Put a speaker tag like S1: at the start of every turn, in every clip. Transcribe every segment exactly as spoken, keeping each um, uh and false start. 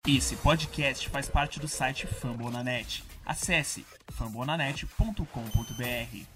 S1: Esse podcast faz parte do site Fambonanet. Acesse fambonanet ponto com ponto b r.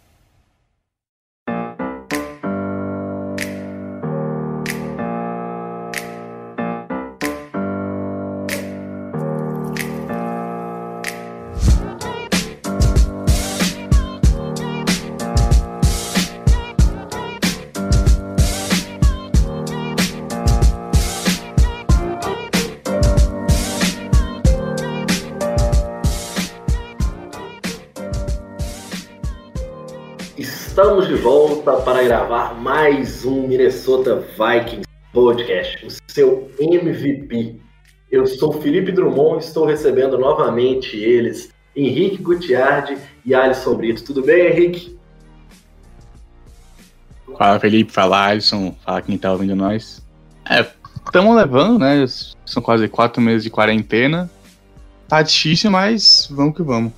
S2: Estamos de volta para gravar mais um Minnesota Vikings Podcast, o seu M V P. Eu sou Felipe Drummond e estou recebendo novamente eles, Henrique Gutiardi e Alisson Brito. Tudo bem, Henrique?
S3: Fala, Felipe. Fala, Alisson. Fala quem tá ouvindo nós. É, estamos levando, né? São quase quatro meses de quarentena. Tá difícil, mas vamos que vamos.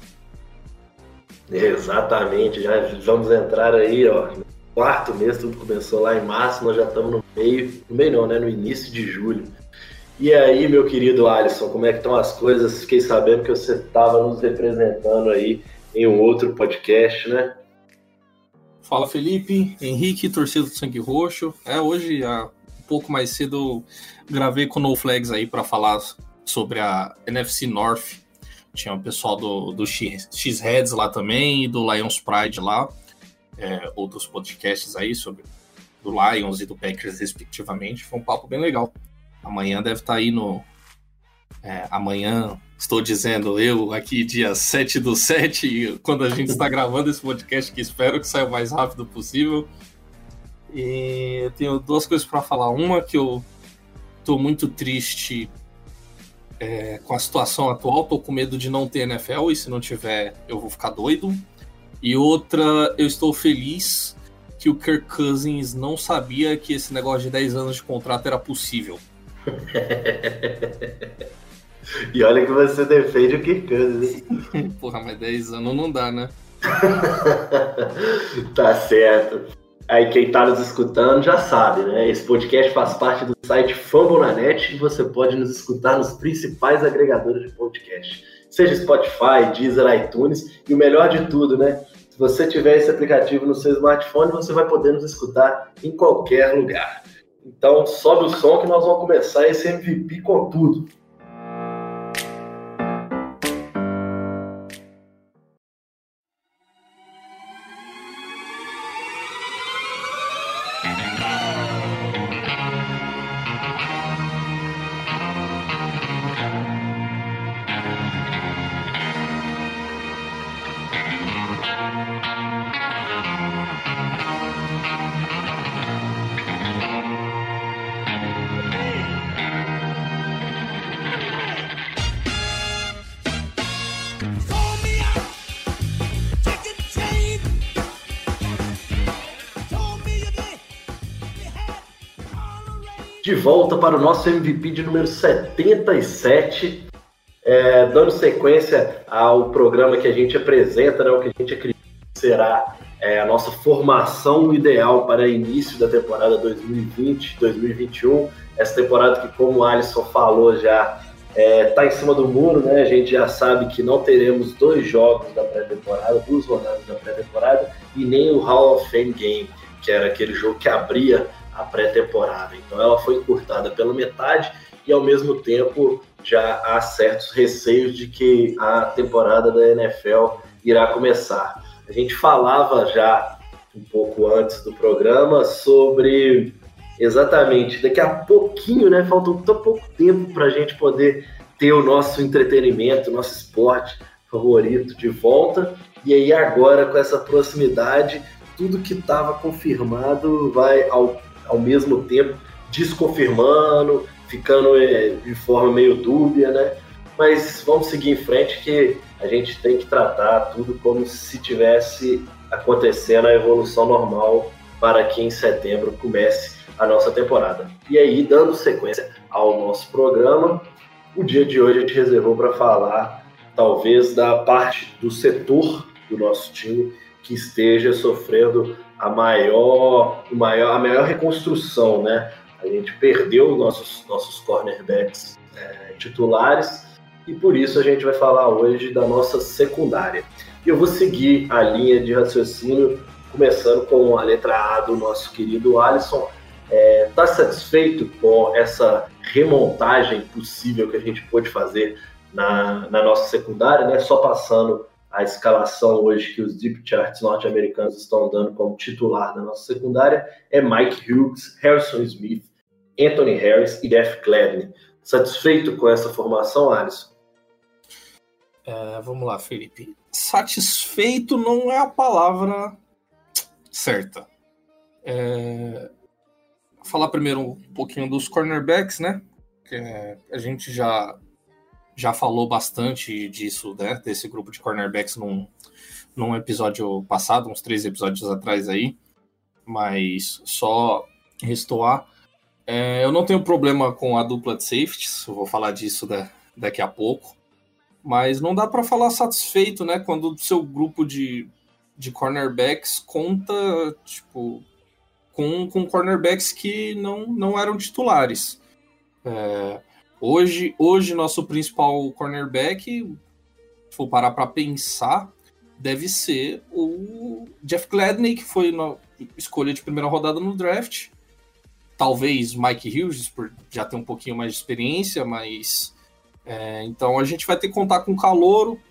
S2: Exatamente, já vamos entrar aí, ó, no quarto mês, tudo começou lá em março, nós já estamos no meio, no meio não, né, no início de julho. E aí, meu querido Alisson, como é que estão as coisas? Fiquei sabendo que você estava nos representando aí em um outro podcast, né?
S4: Fala, Felipe, Henrique, torcedor do Sangue Roxo. É, hoje, há um pouco mais cedo, eu gravei com o No Flags aí para falar sobre a N F C North. Tinha o pessoal do, do X-Heads lá também, e do Lions Pride lá, é, outros podcasts aí sobre do Lions e do Packers, respectivamente. Foi um papo bem legal. Amanhã deve estar aí no... É, amanhã, estou dizendo eu, aqui dia sete do sete, quando a gente está gravando esse podcast, que espero que saia o mais rápido possível. E eu tenho duas coisas para falar. Uma, que eu estou muito triste... É, com a situação atual, tô com medo de não ter N F L, e se não tiver, eu vou ficar doido. E outra, eu estou feliz que o Kirk Cousins não sabia que esse negócio de dez anos de contrato era possível.
S2: E olha que você defende o Kirk Cousins.
S4: Porra, mas dez anos não dá, né?
S2: Tá certo. Aí quem tá nos escutando já sabe, né? Esse podcast faz parte do site Fambonanet e você pode nos escutar nos principais agregadores de podcast. Seja Spotify, Deezer, iTunes e o melhor de tudo, né? Se você tiver esse aplicativo no seu smartphone, você vai poder nos escutar em qualquer lugar. Então sobe o som que nós vamos começar esse M V P com tudo. De volta para o nosso M V P de número setenta e sete, é, dando sequência ao programa que a gente apresenta, né, o que a gente acredita que será é, a nossa formação ideal para início da temporada dois mil e vinte, dois mil e vinte e um. Essa temporada que, como o Alisson falou, já está é, em cima do muro, né? A gente já sabe que não teremos dois jogos da pré-temporada, duas rodadas da pré-temporada, e nem o Hall of Fame Game, que era aquele jogo que abria a pré-temporada. Então ela foi encurtada pela metade e ao mesmo tempo já há certos receios de que a temporada da N F L irá começar. A gente falava já um pouco antes do programa sobre exatamente, daqui a pouquinho, né, falta tão pouco tempo para a gente poder ter o nosso entretenimento, o nosso esporte favorito de volta, e aí agora com essa proximidade, tudo que estava confirmado vai ao ao mesmo tempo desconfirmando, ficando é, de forma meio dúbia, né? Mas vamos seguir em frente que a gente tem que tratar tudo como se tivesse acontecendo a evolução normal para que em setembro comece a nossa temporada. E aí, dando sequência ao nosso programa, o dia de hoje a gente reservou para falar talvez da parte do setor do nosso time que esteja sofrendo a maior, o maior, a maior reconstrução, né? A gente perdeu nossos, nossos cornerbacks é, titulares, e por isso a gente vai falar hoje da nossa secundária. E eu vou seguir a linha de raciocínio, começando com a letra A do nosso querido Alisson. Está é, satisfeito com essa remontagem possível que a gente pôde fazer na, na nossa secundária, né? Só passando a escalação hoje que os Deep Charts norte-americanos estão dando como titular da nossa secundária é Mike Hughes, Harrison Smith, Anthony Harris e Jeff Gladney. Satisfeito com essa formação, Alisson?
S4: É, vamos lá, Felipe. Satisfeito não é a palavra certa. É... Vou falar primeiro um pouquinho dos cornerbacks, né? Que é... a gente já, já falou bastante disso, né? Desse grupo de cornerbacks num, num episódio passado, uns três episódios atrás aí. Mas só restoar. É... Eu não tenho problema com a dupla de safeties, eu vou falar disso da... daqui a pouco. Mas não dá para falar satisfeito, né? Quando o seu grupo de, de cornerbacks conta, tipo, com, com cornerbacks que não, não eram titulares. É, hoje, hoje, nosso principal cornerback, se for parar para pensar, deve ser o Jeff Gladney, que foi na escolha de primeira rodada no draft. Talvez Mike Hughes, por já ter um pouquinho mais de experiência, mas... É, então a gente vai ter que contar com calouro,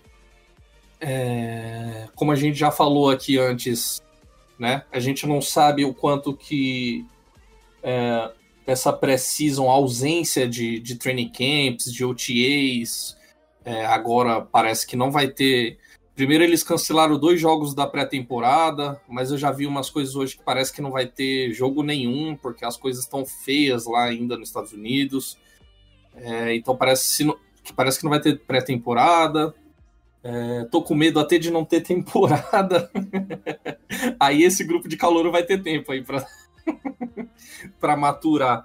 S4: é, como a gente já falou aqui antes, né? A gente não sabe o quanto que é, essa pré-season, ausência de, de training camps, de O T As, é, agora parece que não vai ter. Primeiro eles cancelaram dois jogos da pré-temporada, mas eu já vi umas coisas hoje que parece que não vai ter jogo nenhum, porque as coisas estão feias lá ainda nos Estados Unidos. É, então parece que, parece que não vai ter pré-temporada. É, tô com medo até de não ter temporada. Aí esse grupo de calouro vai ter tempo aí para para maturar.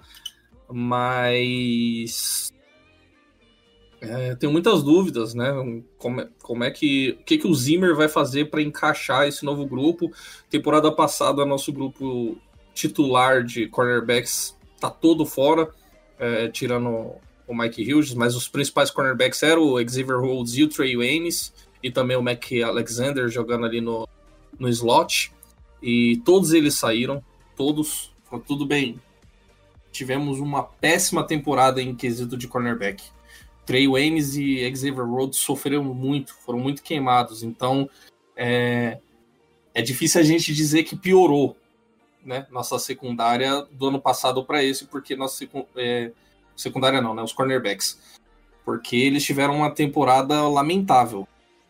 S4: Mas é, tenho muitas dúvidas, né? Como é, como é que o que, que o Zimmer vai fazer para encaixar esse novo grupo? Temporada passada nosso grupo titular de cornerbacks tá todo fora, é, tirando o Mike Hughes, mas os principais cornerbacks eram o Xavier Rhodes e o Trey Waynes, e também o Mac Alexander jogando ali no, no slot, e todos eles saíram, todos, foi tudo bem. Tivemos uma péssima temporada em quesito de cornerback. Trey Waynes e Xavier Rhodes sofreram muito, foram muito queimados, então é, é difícil a gente dizer que piorou, né, nossa secundária do ano passado para esse, porque nossa é, secundária não, né? Os cornerbacks. Porque eles tiveram uma temporada lamentável.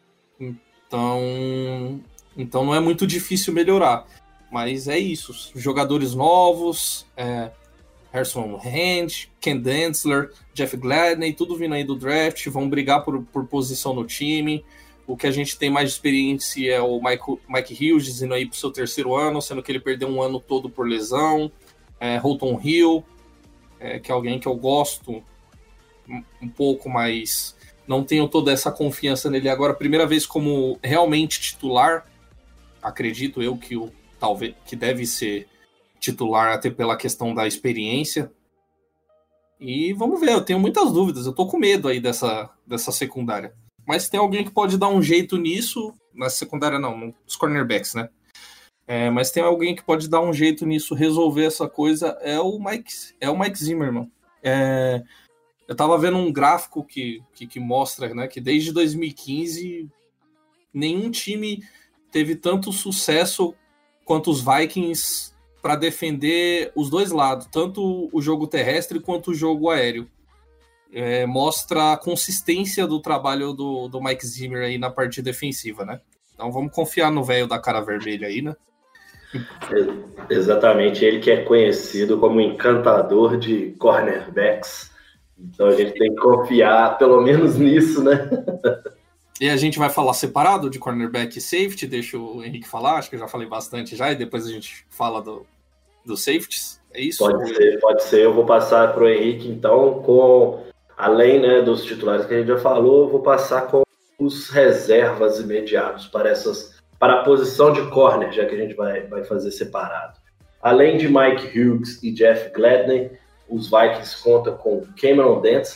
S4: Então, então não é muito difícil melhorar. Mas é isso. Jogadores novos, é, Harrison Hand, Ken Densler, Jeff Gladney, tudo vindo aí do draft, vão brigar por, por posição no time. O que a gente tem mais de experiência é o Mike, Mike Hughes indo aí pro seu terceiro ano, sendo que ele perdeu um ano todo por lesão. É, Holton Hill, É, que é alguém que eu gosto um pouco, mas não tenho toda essa confiança nele agora. Primeira vez como realmente titular, acredito eu que, o, talvez, que deve ser titular até pela questão da experiência. E vamos ver, eu tenho muitas dúvidas, eu tô com medo aí dessa, dessa secundária. Mas tem alguém que pode dar um jeito nisso, na secundária não, nos cornerbacks, né? É, mas tem alguém que pode dar um jeito nisso, resolver essa coisa, é o Mike, é o Mike Zimmerman. É, eu tava vendo um gráfico que, que, que mostra, né, que desde dois mil e quinze nenhum time teve tanto sucesso quanto os Vikings para defender os dois lados, tanto o jogo terrestre quanto o jogo aéreo. É, mostra a consistência do trabalho do, do Mike Zimmer aí na parte defensiva, né? Então vamos confiar no velho da cara vermelha aí, né?
S2: Exatamente, ele que é conhecido como encantador de cornerbacks. Então a gente tem que confiar pelo menos nisso, né?
S4: E a gente vai falar separado de cornerback e safety, deixa o Henrique falar, acho que eu já falei bastante já, e depois a gente fala do, do safeties, é isso?
S2: Pode ser, pode ser. Eu vou passar para o Henrique, então, com além, né, dos titulares que a gente já falou, eu vou passar com os reservas imediatos para, essas, para a posição de corner, já que a gente vai, vai fazer separado. Além de Mike Hughes e Jeff Gladney, os Vikings contam com Cameron Densler,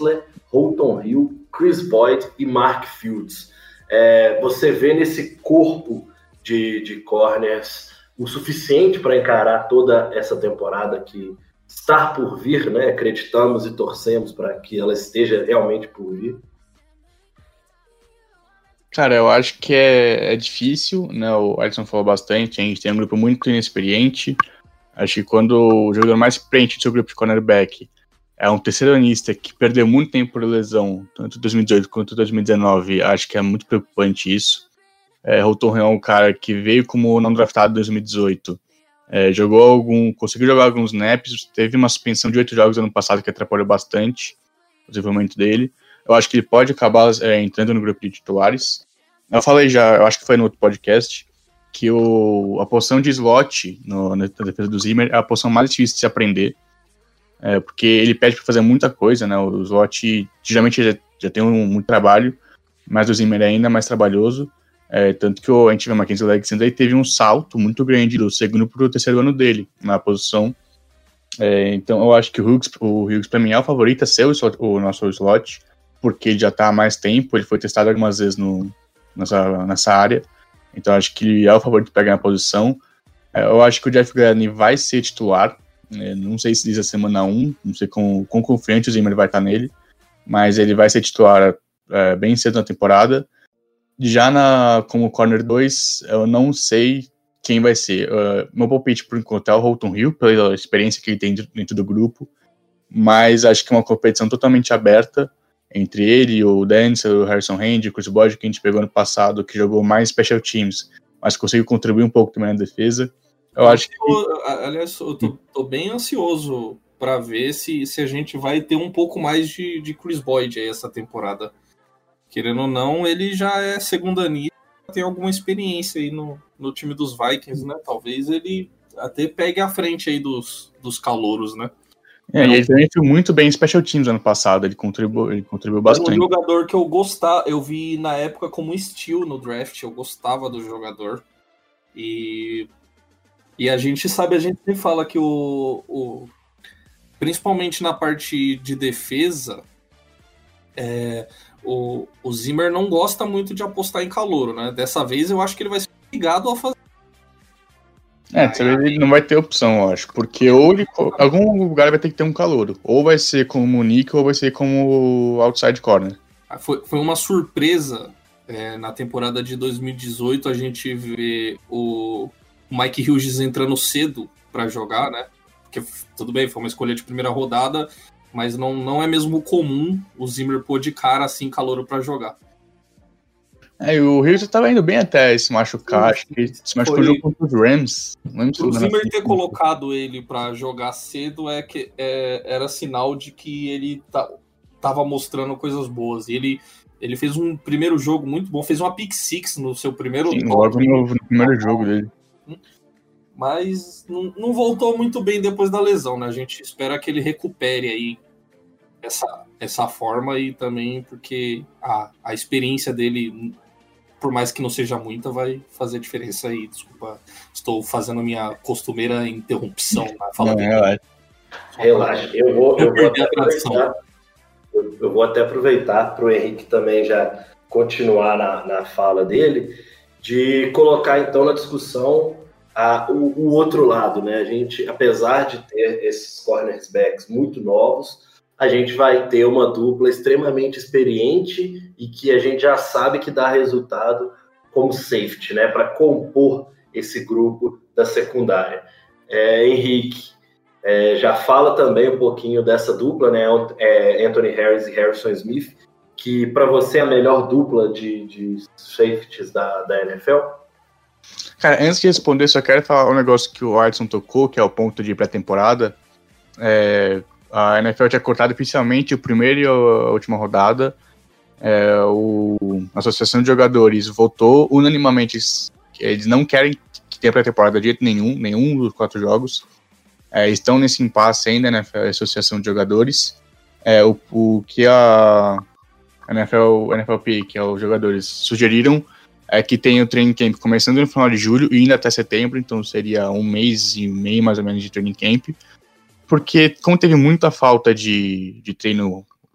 S2: Holton Hill, Chris Boyd e Mark Fields. É, você vê nesse corpo de, de corners o suficiente para encarar toda essa temporada que está por vir, né? Acreditamos e torcemos para que ela esteja realmente por vir.
S3: Cara, eu acho que é, é difícil, né? O Alisson falou bastante, a gente tem um grupo muito inexperiente. Acho que quando o jogador mais experiente do seu grupo de cornerback é um terceiranista que perdeu muito tempo por lesão, tanto em dois mil e dezoito quanto em dois mil e dezenove, acho que é muito preocupante isso. É, Holton Hill é um cara que veio como não draftado em dois mil e dezoito, é, jogou algum, conseguiu jogar alguns snaps, teve uma suspensão de oito jogos ano passado que atrapalhou bastante o desenvolvimento dele. Eu acho que ele pode acabar é, entrando no grupo de titulares. Eu falei já, eu acho que foi no outro podcast, que o, a posição de slot no, na defesa do Zimmer é a posição mais difícil de se aprender, é, porque ele pede para fazer muita coisa, né? O slot geralmente já, já tem um, muito trabalho, mas o Zimmer é ainda mais trabalhoso, é, tanto que o, a gente vê o Mackenzie Alexander teve um salto muito grande do segundo para o terceiro ano dele na posição. É, então eu acho que o Hughes, o Hughes para mim é o favorito a ser o, slot, o nosso slot, porque ele já está há mais tempo, ele foi testado algumas vezes no, nessa, nessa área, então acho que ele é o favorito para ganhar a posição. Eu acho que o Jeff Gladney vai ser titular, não sei se diz a semana um, não sei com quão confiante o Zimmer vai estar nele, mas ele vai ser titular é, bem cedo na temporada. Já na, como corner dois, eu não sei quem vai ser. Uh, meu palpite por enquanto é o Holton Hill, pela experiência que ele tem dentro do grupo, mas acho que é uma competição totalmente aberta entre ele, o Denzel, o Harrison Hand, o Chris Boyd, que a gente pegou ano passado, que jogou mais special teams, mas conseguiu contribuir um pouco também na defesa. Eu, eu acho que...
S4: Tô, aliás, eu tô, tô bem ansioso para ver se, se a gente vai ter um pouco mais de, de Chris Boyd aí essa temporada. Querendo ou não, ele já é segundanista, tem alguma experiência aí no, no time dos Vikings, né? Talvez ele até pegue a frente aí dos, dos calouros, né?
S3: É, e ele também foi muito bem em Special Teams ano passado, ele contribuiu, ele contribuiu bastante.
S4: É um jogador que eu gostava, eu vi na época como steal no draft, eu gostava do jogador. E, e a gente sabe, a gente sempre fala que o, o principalmente na parte de defesa, é, o, o Zimmer não gosta muito de apostar em calouro, né? Dessa vez eu acho que ele vai ser obrigado a fazer.
S3: É, dessa vez ele não vai ter opção, eu acho, porque ou ele, algum lugar vai ter que ter um calouro, ou vai ser como Nick, ou vai ser como outside corner.
S4: Foi, foi uma surpresa, é, na temporada de dois mil e dezoito, a gente vê o Mike Hughes entrando cedo para jogar, né? Porque tudo bem, foi uma escolha de primeira rodada, mas não, não é mesmo comum o Zimmer pôr de cara assim calouro para jogar.
S3: É, e o Hughes estava indo bem até se machucar, acho que se machucou no jogo contra os Rams. Não
S4: o Zimmer ter colocado ele para jogar cedo é que, é, era sinal de que ele tá, tava mostrando coisas boas. E ele, ele fez um primeiro jogo muito bom, fez uma pick six no seu primeiro
S3: Sim, logo no, no primeiro jogo dele.
S4: Mas não, não voltou muito bem depois da lesão, né? A gente espera que ele recupere aí essa, essa forma e também porque a, a experiência dele, por mais que não seja muita, vai fazer diferença aí. Desculpa, estou fazendo a minha costumeira interrupção na fala dele.
S2: Relaxa. Relaxa, eu vou, eu, vou até aproveitar, eu, eu vou até aproveitar para o Henrique também já continuar na, na fala dele, de colocar então na discussão a, o, o outro lado, né? A gente, apesar de ter esses cornerbacks muito novos, a gente vai ter uma dupla extremamente experiente e que a gente já sabe que dá resultado como safety, né, para compor esse grupo da secundária. É, Henrique, é, já fala também um pouquinho dessa dupla, né, é, Anthony Harris e Harrison Smith, que para você é a melhor dupla de, de safeties da, da N F L?
S3: Cara, antes de responder, só quero falar um negócio que o Arson tocou, que é o ponto de pré-temporada. É... A N F L tinha cortado oficialmente o primeiro e a última rodada. É, o, a Associação de Jogadores votou unanimamente que eles não querem que tenha pré-temporada de jeito nenhum, nenhum dos quatro jogos. É, estão nesse impasse ainda, né, a Associação de Jogadores. É, o, o que a N F L, N F L P, que é os jogadores, sugeriram é que tenha o training camp começando no final de julho e indo até setembro, então seria um mês e meio mais ou menos de training camp. Porque, como teve muita falta de, de treino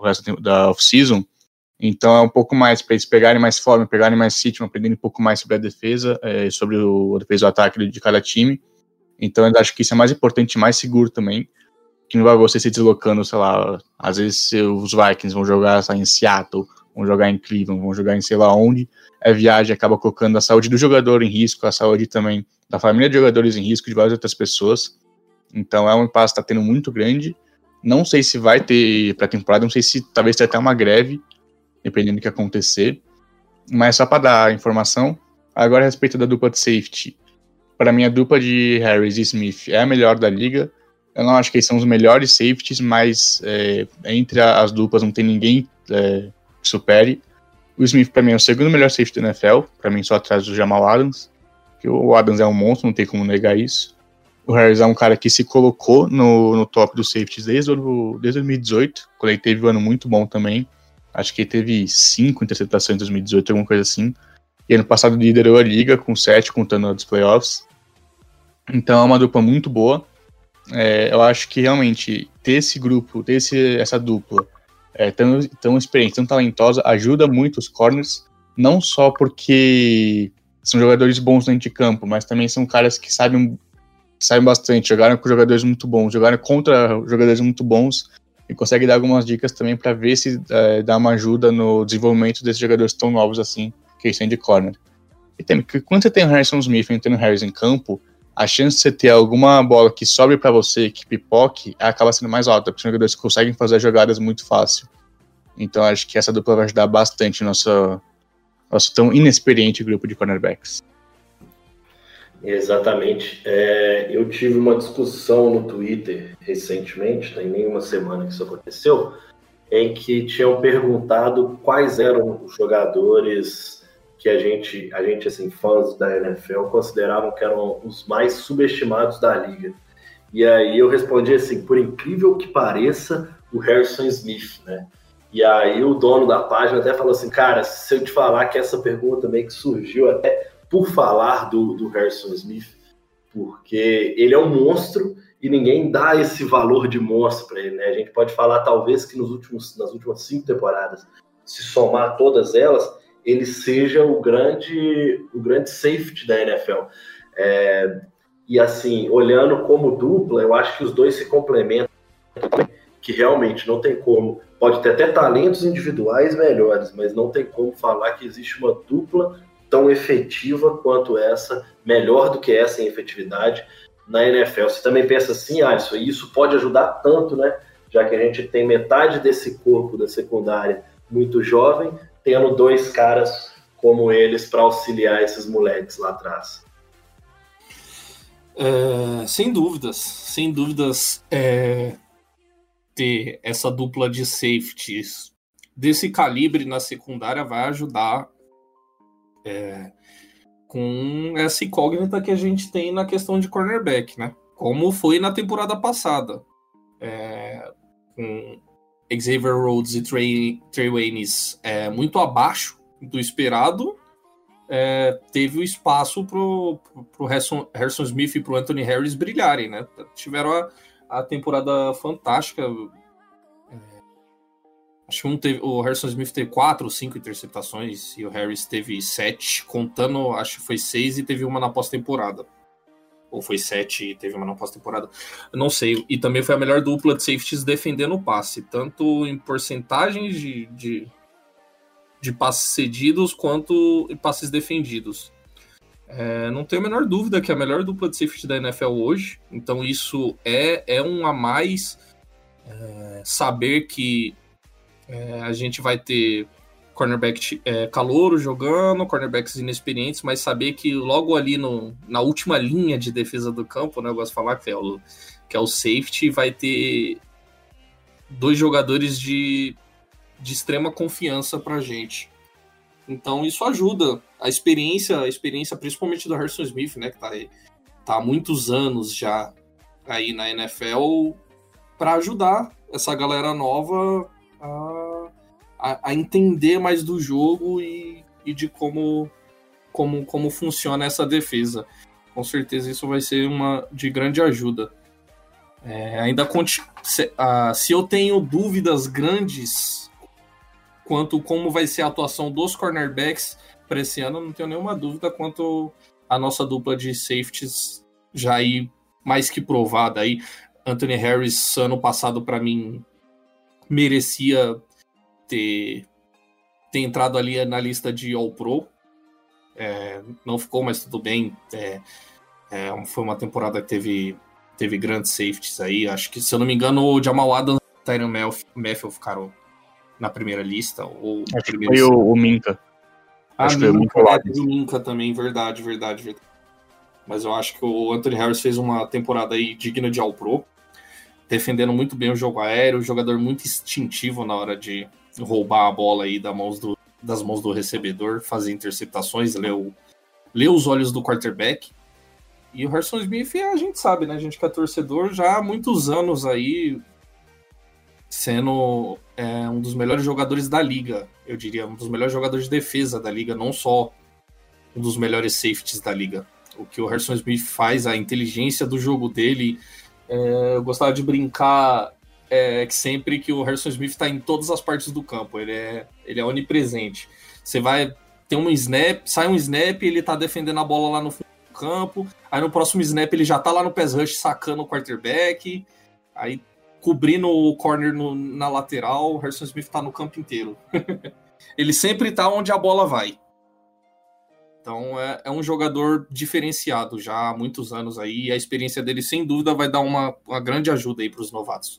S3: o resto da off-season. Então é um pouco mais para eles pegarem mais forma, pegarem mais ritmo, aprenderem um pouco mais sobre a defesa, é, sobre o, a defesa e o ataque de cada time. Então eu acho que isso é mais importante e mais seguro também, que não vai você se deslocando, sei lá, às vezes os Vikings vão jogar sei, em Seattle, vão jogar em Cleveland, vão jogar em sei lá onde, a viagem acaba colocando a saúde do jogador em risco, a saúde também da família de jogadores em risco, de várias outras pessoas. Então é um impasse que está tendo muito grande. Não sei se vai ter pré-temporada, não sei se talvez tenha até uma greve, dependendo do que acontecer. Mas só para dar a informação, agora a respeito da dupla de safety. Para mim, a dupla de Harris e Smith é a melhor da liga. Eu não acho que eles são os melhores safeties, mas é, entre as duplas não tem ninguém é, que supere. O Smith, para mim, é o segundo melhor safety da N F L, para mim só atrás do Jamal Adams, que o Adams é um monstro, não tem como negar isso. O Harris é um cara que se colocou no, no top dos safeties desde, o, desde dois mil e dezoito, quando ele teve um ano muito bom também. Acho que ele teve cinco interceptações em dois mil e dezoito, alguma coisa assim. E ano passado liderou a liga com sete, contando os playoffs. Então é uma dupla muito boa. É, eu acho que realmente ter esse grupo, ter esse, essa dupla é, tão, tão experiente, tão talentosa, ajuda muito os corners. Não só porque são jogadores bons dentro de campo, mas também são caras que sabem, sabem bastante, jogaram com jogadores muito bons, jogaram contra jogadores muito bons, e consegue dar algumas dicas também para ver se é, dá uma ajuda no desenvolvimento desses jogadores tão novos assim, que eles têm de corner. E tem, que quando você tem o Harrison Smith e o Harris em campo, a chance de você ter alguma bola que sobe para você, que pipoque, acaba sendo mais alta, porque os jogadores conseguem fazer jogadas muito fácil. Então acho que essa dupla vai ajudar bastante o nosso, nosso tão inexperiente grupo de cornerbacks.
S2: Exatamente. É, eu tive uma discussão no Twitter recentemente, tem nem uma semana que isso aconteceu, em que tinham perguntado quais eram os jogadores que a gente, a gente assim, fãs da N F L, consideravam que eram os mais subestimados da liga. E aí eu respondi assim, por incrível que pareça, o Harrison Smith, né? E aí o dono da página até falou assim, cara, se eu te falar que essa pergunta meio que surgiu até por falar do, do Harrison Smith, porque ele é um monstro e ninguém dá esse valor de monstro para ele, né? A gente pode falar talvez que nos últimos, nas últimas cinco temporadas, se somar todas elas, ele seja o grande, o grande safety da N F L. É, e assim, olhando como dupla, eu acho que os dois se complementam, que realmente não tem como, pode ter até talentos individuais melhores, mas não tem como falar que existe uma dupla tão efetiva quanto essa, melhor do que essa em efetividade na N F L. Você também pensa assim, Alisson, e isso pode ajudar tanto, né? Já que a gente tem metade desse corpo da secundária muito jovem, tendo dois caras como eles para auxiliar esses moleques lá atrás.
S4: É, sem dúvidas, sem dúvidas, é, ter essa dupla de safeties desse calibre na secundária vai ajudar é, com essa incógnita que a gente tem na questão de cornerback, né? Como foi na temporada passada, é, com Xavier Rhodes e Trey, Trey Waynes é, muito abaixo do esperado, é, teve o espaço para o Harrison, Harrison Smith e para o Anthony Harris brilharem, né? Tiveram a, a temporada fantástica. É, acho que um teve, o Harrison Smith teve quatro ou cinco interceptações e o Harris teve sete, contando, acho que foi seis e teve uma na pós-temporada. Ou foi sete e teve uma na pós-temporada. Eu não sei. E também foi a melhor dupla de safeties defendendo o passe, tanto em porcentagens de, de, de passes cedidos quanto em passes defendidos. É, não tenho a menor dúvida que é a melhor dupla de safety da N F L hoje. Então isso é, é um a mais. É, saber que é, a gente vai ter cornerback é, calouro jogando, cornerbacks inexperientes, mas saber que logo ali no, na última linha de defesa do campo, né, eu gosto de falar que é o, que é o safety, vai ter dois jogadores de, de extrema confiança pra gente. Então isso ajuda. A experiência, a experiência principalmente do Harrison Smith, né, que tá, aí, tá há muitos anos já aí na N F L, para ajudar essa galera nova a a entender mais do jogo e, e de como, como, como funciona essa defesa. Com certeza isso vai ser uma de grande ajuda. É, ainda conti- se, uh, se eu tenho dúvidas grandes quanto como vai ser a atuação dos cornerbacks para esse ano, não tenho nenhuma dúvida quanto a nossa dupla de safeties já aí mais que provada. Aí, Anthony Harris, ano passado, para mim, merecia ter, ter entrado ali na lista de All-Pro. É, não ficou, mas tudo bem. É, é, foi uma temporada que teve, teve grandes safeties aí. Acho que, se eu não me engano, o Jamal Adams e o Tyrann Mathieu ficaram na primeira lista. Ou
S3: Acho que
S4: primeiro
S3: foi o, o Minka.
S4: Ah,
S3: Acho que foi o
S4: Minka,
S3: Minka
S4: é,
S3: Adams.
S4: teve o Minka também, verdade, verdade, verdade. Mas eu acho que o Anthony Harris fez uma temporada aí digna de All-Pro, defendendo muito bem o jogo aéreo, jogador muito instintivo na hora de roubar a bola aí das mãos do, das mãos do recebedor, fazer interceptações, ler, o, ler os olhos do quarterback. E o Harrison Smith, a gente sabe, né? A gente que é torcedor já há muitos anos aí, sendo é, um dos melhores jogadores da liga, eu diria, um dos melhores jogadores de defesa da liga, não só um dos melhores safeties da liga. O que o Harrison Smith faz, a inteligência do jogo dele, é, eu gostava de brincar é, que sempre que o Harrison Smith está em todas as partes do campo, ele é, ele é onipresente. Você vai ter um snap, sai um snap, ele tá defendendo a bola lá no fundo do campo, aí no próximo snap ele já tá lá no pass rush sacando o quarterback, aí cobrindo o corner no, na lateral, o Harrison Smith tá no campo inteiro. Ele sempre tá onde a bola vai. Então é, é um jogador diferenciado já há muitos anos aí, e a experiência dele sem dúvida vai dar uma, uma grande ajuda aí para os novatos.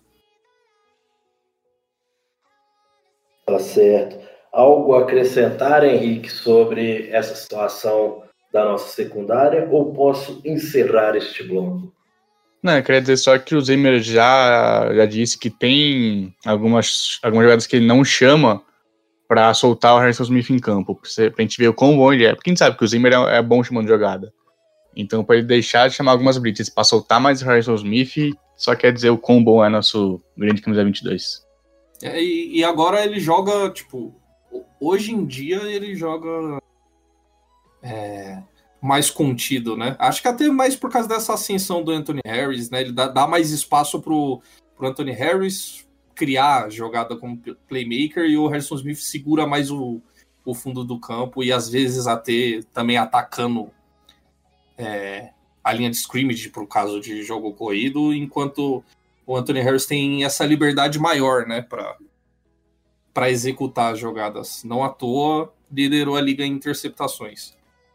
S2: Tá certo. Algo a acrescentar, Henrique, sobre essa situação da nossa secundária, ou posso encerrar este bloco?
S3: Não, eu queria dizer só que o Zimmer já, já disse que tem algumas, algumas jogadas que ele não chama pra soltar o Harrison Smith em campo, pra, você, pra gente ver o quão bom ele é. Porque a gente sabe que o Zimmer é, é bom chamando jogada. Então, pra ele deixar de chamar algumas blitzes pra soltar mais o Harrison Smith, só quer dizer o quão bom é nosso grande camisa vinte e dois.
S4: É, e, e agora ele joga, tipo, hoje em dia ele joga é, mais contido, né? Acho que até mais por causa dessa ascensão do Anthony Harris, né? Ele dá, dá mais espaço pro, pro Anthony Harris criar jogada como playmaker, e o Harrison Smith segura mais o, o fundo do campo e às vezes até também atacando é, a linha de scrimmage por caso de jogo corrido, enquanto o Anthony Harris tem essa liberdade maior, né, para para executar as jogadas. Não à toa liderou a liga em interceptações.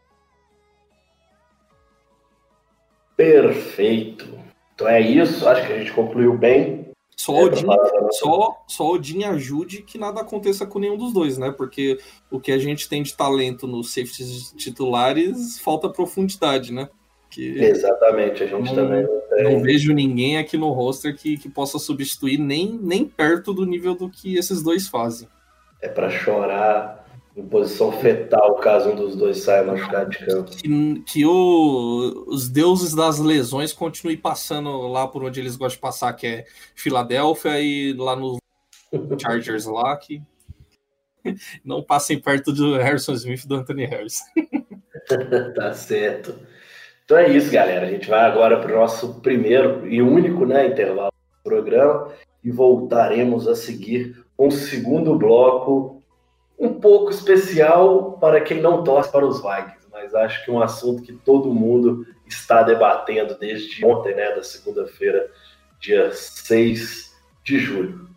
S2: Perfeito. Então é isso, acho que a gente concluiu bem.
S4: Só o Odin, só, só Odin ajude que nada aconteça com nenhum dos dois, né? Porque o que a gente tem de talento nos safeties titulares falta profundidade, né? Que
S2: Exatamente, a gente
S4: não,
S2: também não tem.
S4: Não vejo ninguém aqui no roster que, que possa substituir nem, nem perto do nível do que esses dois fazem.
S2: É para chorar em posição fetal caso um dos dois saia machucado de campo.
S4: Que, que o, os deuses das lesões continuem passando lá por onde eles gostam de passar, que é Filadélfia, e lá no Chargers lá, que não passem perto do Harrison Smith e do Anthony Harris.
S2: Tá certo. Então é isso, galera. A gente vai agora para o nosso primeiro e único, né, intervalo do programa e voltaremos a seguir com o segundo bloco, um pouco especial para quem não torce para os Vikings, mas acho que é um assunto que todo mundo está debatendo desde ontem, né, da segunda-feira, dia seis de julho.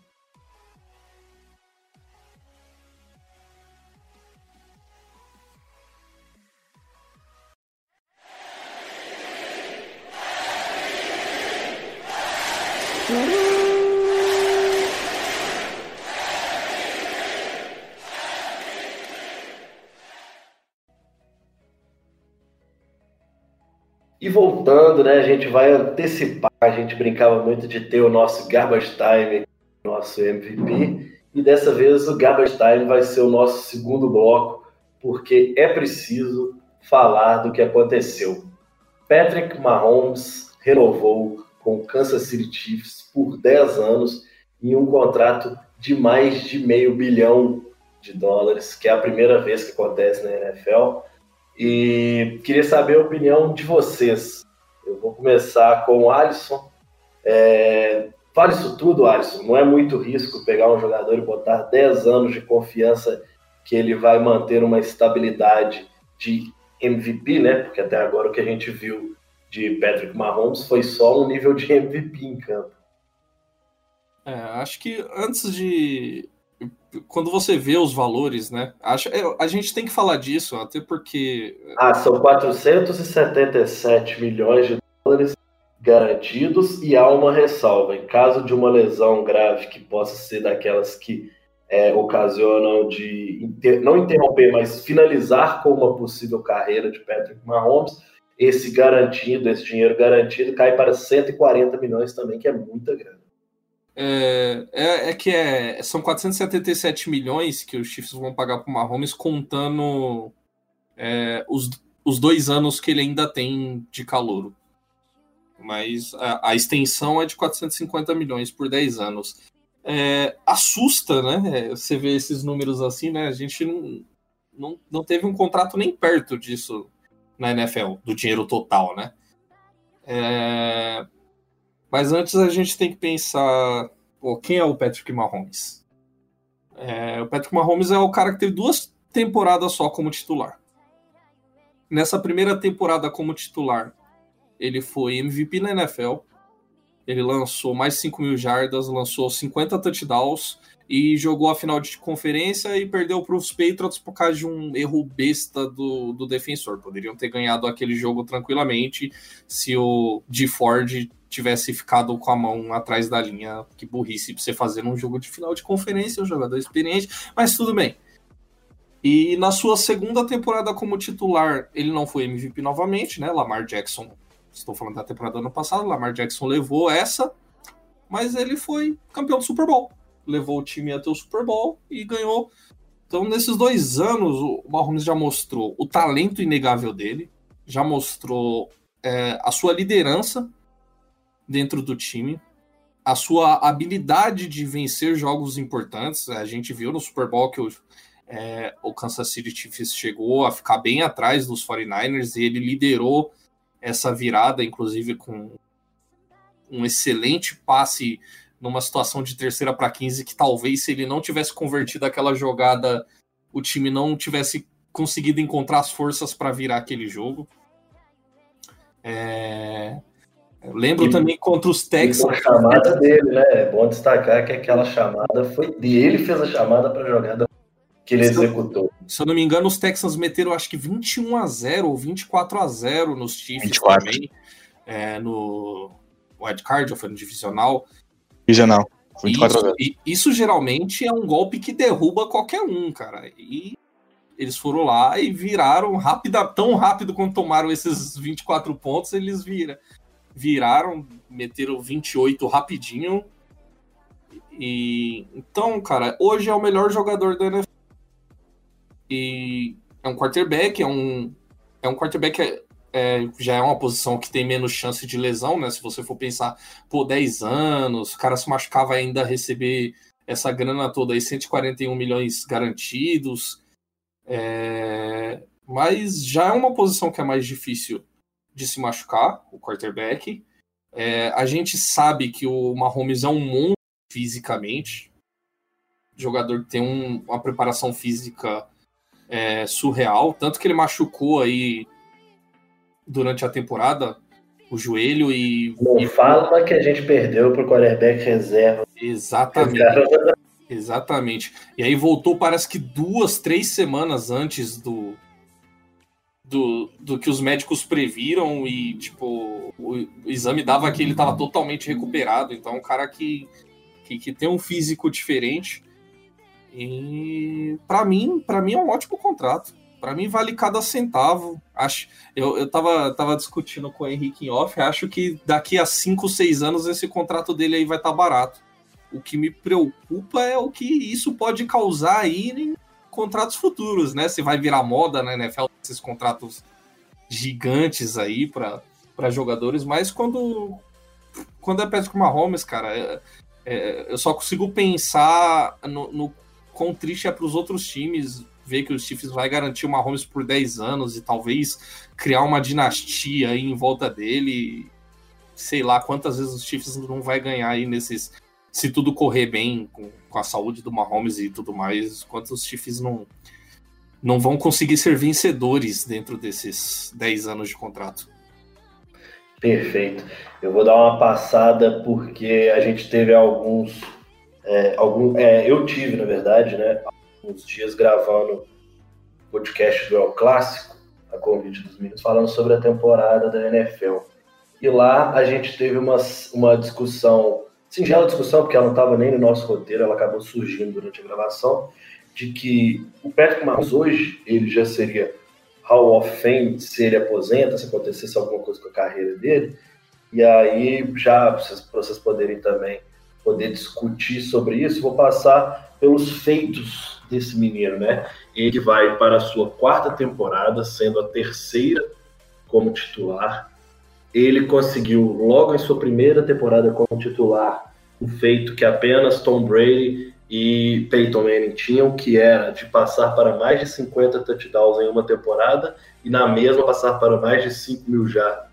S2: E voltando, né, a gente vai antecipar, a gente brincava muito de ter o nosso Garbage Time, nosso M V P, e dessa vez o Garbage Time vai ser o nosso segundo bloco, porque é preciso falar do que aconteceu. Patrick Mahomes renovou com o Kansas City Chiefs por dez anos em um contrato de mais de meio bilhão de dólares, que é a primeira vez que acontece na N F L. E queria saber a opinião de vocês. Eu vou começar com o Alisson. É, vale isso tudo, Alisson? Não é muito risco pegar um jogador e botar dez anos de confiança que ele vai manter uma estabilidade de M V P, né? Porque até agora o que a gente viu de Patrick Mahomes foi só um nível de M V P em campo.
S4: É, acho que antes de... Quando você vê os valores, né? Acho, a gente tem que falar disso, até porque...
S2: Ah, são quatrocentos e setenta e sete milhões de dólares garantidos e há uma ressalva. Em caso de uma lesão grave que possa ser daquelas que é, ocasionam de inter... não interromper, mas finalizar com uma possível carreira de Patrick Mahomes, esse garantido, esse dinheiro garantido cai para cento e quarenta milhões também, que é muita grana.
S4: É, é, é que é, são quatrocentos e setenta e sete milhões que os Chiefs vão pagar para o Mahomes, contando é, os, os dois anos que ele ainda tem de calouro. Mas a, a extensão é de quatrocentos e cinquenta milhões por dez anos. É, assusta, né? Você vê esses números assim, né? A gente não, não, não teve um contrato nem perto disso na N F L, do dinheiro total, né? É... Mas antes a gente tem que pensar, pô, quem é o Patrick Mahomes? É, o Patrick Mahomes é o cara que teve duas temporadas só como titular. Nessa primeira temporada como titular, ele foi M V P na N F L, ele lançou mais de cinco mil jardas, lançou cinquenta touchdowns e jogou a final de conferência e perdeu para os Patriots por causa de um erro besta do, do defensor. Poderiam ter ganhado aquele jogo tranquilamente se o Dee Ford tivesse ficado com a mão atrás da linha. Que burrice pra você fazer num jogo de final de conferência, um jogador experiente, mas tudo bem. E na sua segunda temporada como titular, ele não foi M V P novamente, né? Lamar Jackson, estou falando da temporada do ano passado, Lamar Jackson levou essa, mas ele foi campeão do Super Bowl. Levou o time até o Super Bowl e ganhou. Então, nesses dois anos, o Mahomes já mostrou o talento inegável dele, já mostrou é, a sua liderança dentro do time, a sua habilidade de vencer jogos importantes. A gente viu no Super Bowl que o, é, o Kansas City Chiefs chegou a ficar bem atrás dos quarenta e nine ers e ele liderou essa virada, inclusive com um excelente passe numa situação de terceira para quinze, que talvez se ele não tivesse convertido aquela jogada, o time não tivesse conseguido encontrar as forças para virar aquele jogo. É... Lembro e, também contra os Texans.
S2: A chamada dele, né? É bom destacar que aquela chamada foi dele, fez a chamada para a jogada que ele se executou.
S4: Eu, se eu não me engano, os Texans meteram acho que vinte e um a zero ou vinte e quatro a zero nos Chiefs
S3: vinte e quatro
S4: também, é, no wildcard, ou foi no divisional.
S3: Divisional.
S4: vinte e quatro a zero. Isso, isso geralmente é um golpe que derruba qualquer um, cara. E eles foram lá e viraram rápida, tão rápido quanto tomaram esses vinte e quatro pontos, eles viram. Viraram, meteram vinte e oito rapidinho. E então, cara, hoje é o melhor jogador da N F L. E é um quarterback, é um, é um quarterback, é, é, já é uma posição que tem menos chance de lesão, né? Se você for pensar, pô, dez anos, o cara se machucava ainda receber essa grana toda aí, cento e quarenta e um milhões garantidos. É, mas já é uma posição que é mais difícil de se machucar, o quarterback. É, a gente sabe que o Mahomes é um monstro fisicamente. O jogador tem um, uma preparação física é, surreal. Tanto que ele machucou aí durante a temporada o joelho e...
S2: Não
S4: e...
S2: fala que a gente perdeu pro quarterback reserva.
S4: Exatamente. Exatamente. E aí voltou, parece que duas, três semanas antes do... Do, do que os médicos previram e, tipo, o, o exame dava que ele estava totalmente recuperado. Então, é um cara que, que, que tem um físico diferente. E, para mim, para mim é um ótimo contrato. Para mim, vale cada centavo. Acho, eu, eu tava, tava discutindo com o Henrique em off. Acho que daqui a cinco, seis anos esse contrato dele aí vai estar tá barato. O que me preocupa é o que isso pode causar aí em contratos futuros, né? Se vai virar moda na N F L esses contratos gigantes aí para jogadores, mas quando quando é Patrick Mahomes, cara, é, é, eu só consigo pensar no, no quão triste é para os outros times ver que os Chiefs vai garantir o Mahomes por dez anos e talvez criar uma dinastia aí em volta dele. sei lá quantas vezes os Chiefs não vai ganhar aí nesses... Se tudo correr bem com, com a saúde do Mahomes e tudo mais, quantos Chiefs não, não vão conseguir ser vencedores dentro desses dez anos de contrato.
S2: Perfeito. Eu vou dar uma passada porque a gente teve alguns... É, algum, é, eu tive, na verdade, né, alguns dias gravando podcast do El Clássico, a convite dos meninos, falando sobre a temporada da N F L. E lá a gente teve uma, uma discussão, singela discussão, porque ela não estava nem no nosso roteiro, ela acabou surgindo durante a gravação, de que o Patrick Mahomes hoje, ele já seria Hall of Fame se ele aposenta, se acontecesse alguma coisa com a carreira dele. E aí, já para vocês, vocês poderem também poder discutir sobre isso, vou passar pelos feitos desse menino, né? Ele vai para a sua quarta temporada, sendo a terceira como titular. Ele conseguiu, logo em sua primeira temporada como titular, o feito que apenas Tom Brady e Peyton Manning tinham, que era de passar para mais de cinquenta touchdowns em uma temporada e na mesma passar para mais de cinco mil jardas.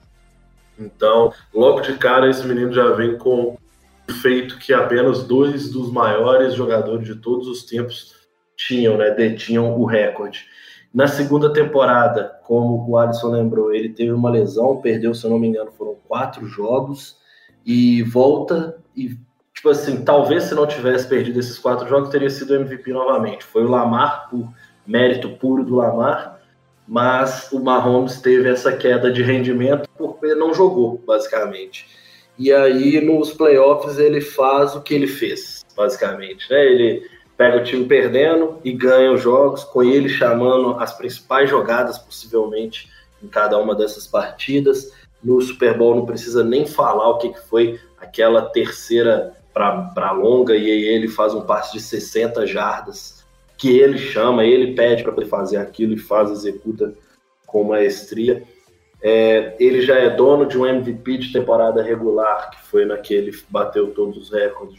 S2: Então, logo de cara, esse menino já vem com o feito que apenas dois dos maiores jogadores de todos os tempos tinham, né, detinham o recorde. Na segunda temporada, como o Alisson lembrou, ele teve uma lesão, perdeu, se eu não me engano, foram quatro jogos, e volta, e tipo assim, talvez se não tivesse perdido esses quatro jogos, teria sido M V P novamente. Foi o Lamar, por mérito puro do Lamar, mas o Mahomes teve essa queda de rendimento porque ele não jogou, basicamente. E aí, nos playoffs, ele faz o que ele fez, basicamente, né? Ele pega o time perdendo e ganha os jogos, com ele chamando as principais jogadas, possivelmente, em cada uma dessas partidas. No Super Bowl não precisa nem falar o que, que foi aquela terceira para longa, e aí ele faz um passe de sessenta jardas, que ele chama, ele pede para poder fazer aquilo e faz, executa com maestria. É, ele já é dono de um M V P de temporada regular, que foi naquele que bateu todos os recordes.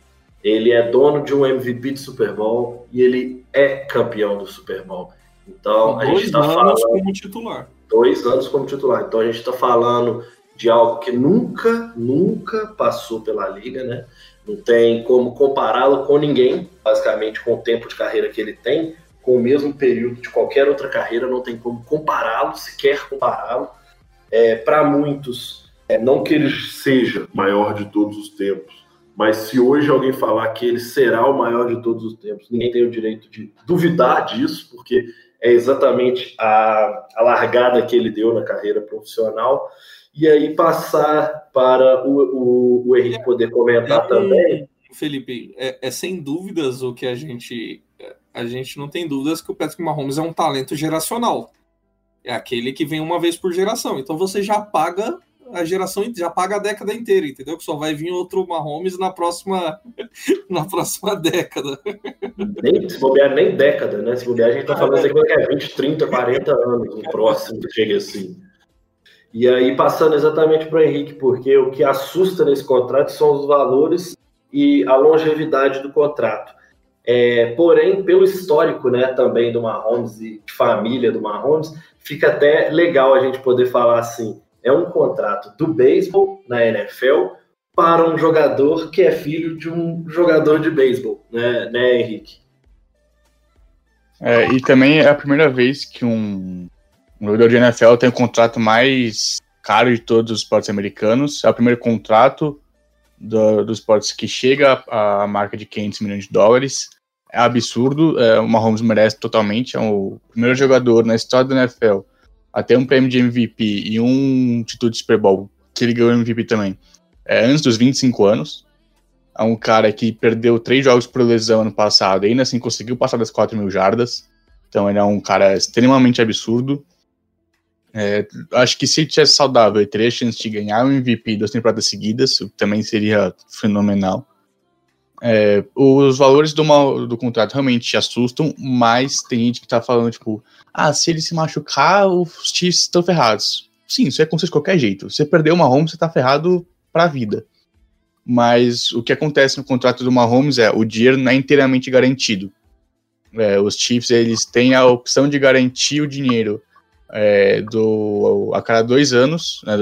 S2: Ele é dono de um M V P de Super Bowl e ele é campeão do Super Bowl. Então, a gente está falando...
S4: Dois anos como titular.
S2: Dois anos como titular. Então, a gente está falando de algo que nunca, nunca passou pela Liga, né? Não tem como compará-lo com ninguém, basicamente, com o tempo de carreira que ele tem, com o mesmo período de qualquer outra carreira, não tem como compará-lo, sequer compará-lo. É, para muitos, é, não que ele seja maior de todos os tempos, mas se hoje alguém falar que ele será o maior de todos os tempos, ninguém tem o direito de duvidar disso, porque é exatamente a, a largada que ele deu na carreira profissional. E aí passar para o, o, o Henrique poder comentar é, também.
S4: Felipe, é, é sem dúvidas o que a gente... A gente não tem dúvidas que o Patrick Mahomes é um talento geracional. É aquele que vem uma vez por geração. Então você já paga a geração, já paga a década inteira, entendeu? Que só vai vir outro Mahomes na próxima, na próxima década.
S2: Nem, se bobear, nem década, né? Se bobear, a gente tá falando assim que é vinte, trinta, quarenta anos no próximo que chega assim. E aí, passando exatamente para o Henrique, porque o que assusta nesse contrato são os valores e a longevidade do contrato. É, porém, pelo histórico, né, também do Mahomes e de família do Mahomes, fica até legal a gente poder falar assim, é um contrato do beisebol na N F L para um jogador que é filho de um jogador de beisebol, né, né, Henrique?
S3: É, e também é a primeira vez que um, um jogador de N F L tem o contrato mais caro de todos os esportes americanos. É o primeiro contrato do, dos esportes que chega à marca de quinhentos milhões de dólares. É absurdo, é, o Mahomes merece totalmente. É o primeiro jogador na história da N F L a ter um prêmio de M V P e um título de Super Bowl, que ele ganhou M V P também, é, antes dos vinte e cinco anos. É um cara que perdeu três jogos por lesão ano passado e ainda assim conseguiu passar das quatro mil jardas. Então ele é um cara extremamente absurdo. É, acho que se ele tivesse saudável, ele teria a chance de ganhar o M V P duas temporadas seguidas, o que também seria fenomenal. É, os valores do, mal, do contrato realmente assustam, mas tem gente que tá falando, tipo, ah, se ele se machucar, os Chiefs estão ferrados. Sim, isso é acontecer de qualquer jeito. Se você perder o Mahomes, você tá ferrado pra vida. Mas o que acontece no contrato do Mahomes é, o dinheiro não é inteiramente garantido. É, os Chiefs, eles têm a opção de garantir o dinheiro é, do, a cada dois anos, né, do,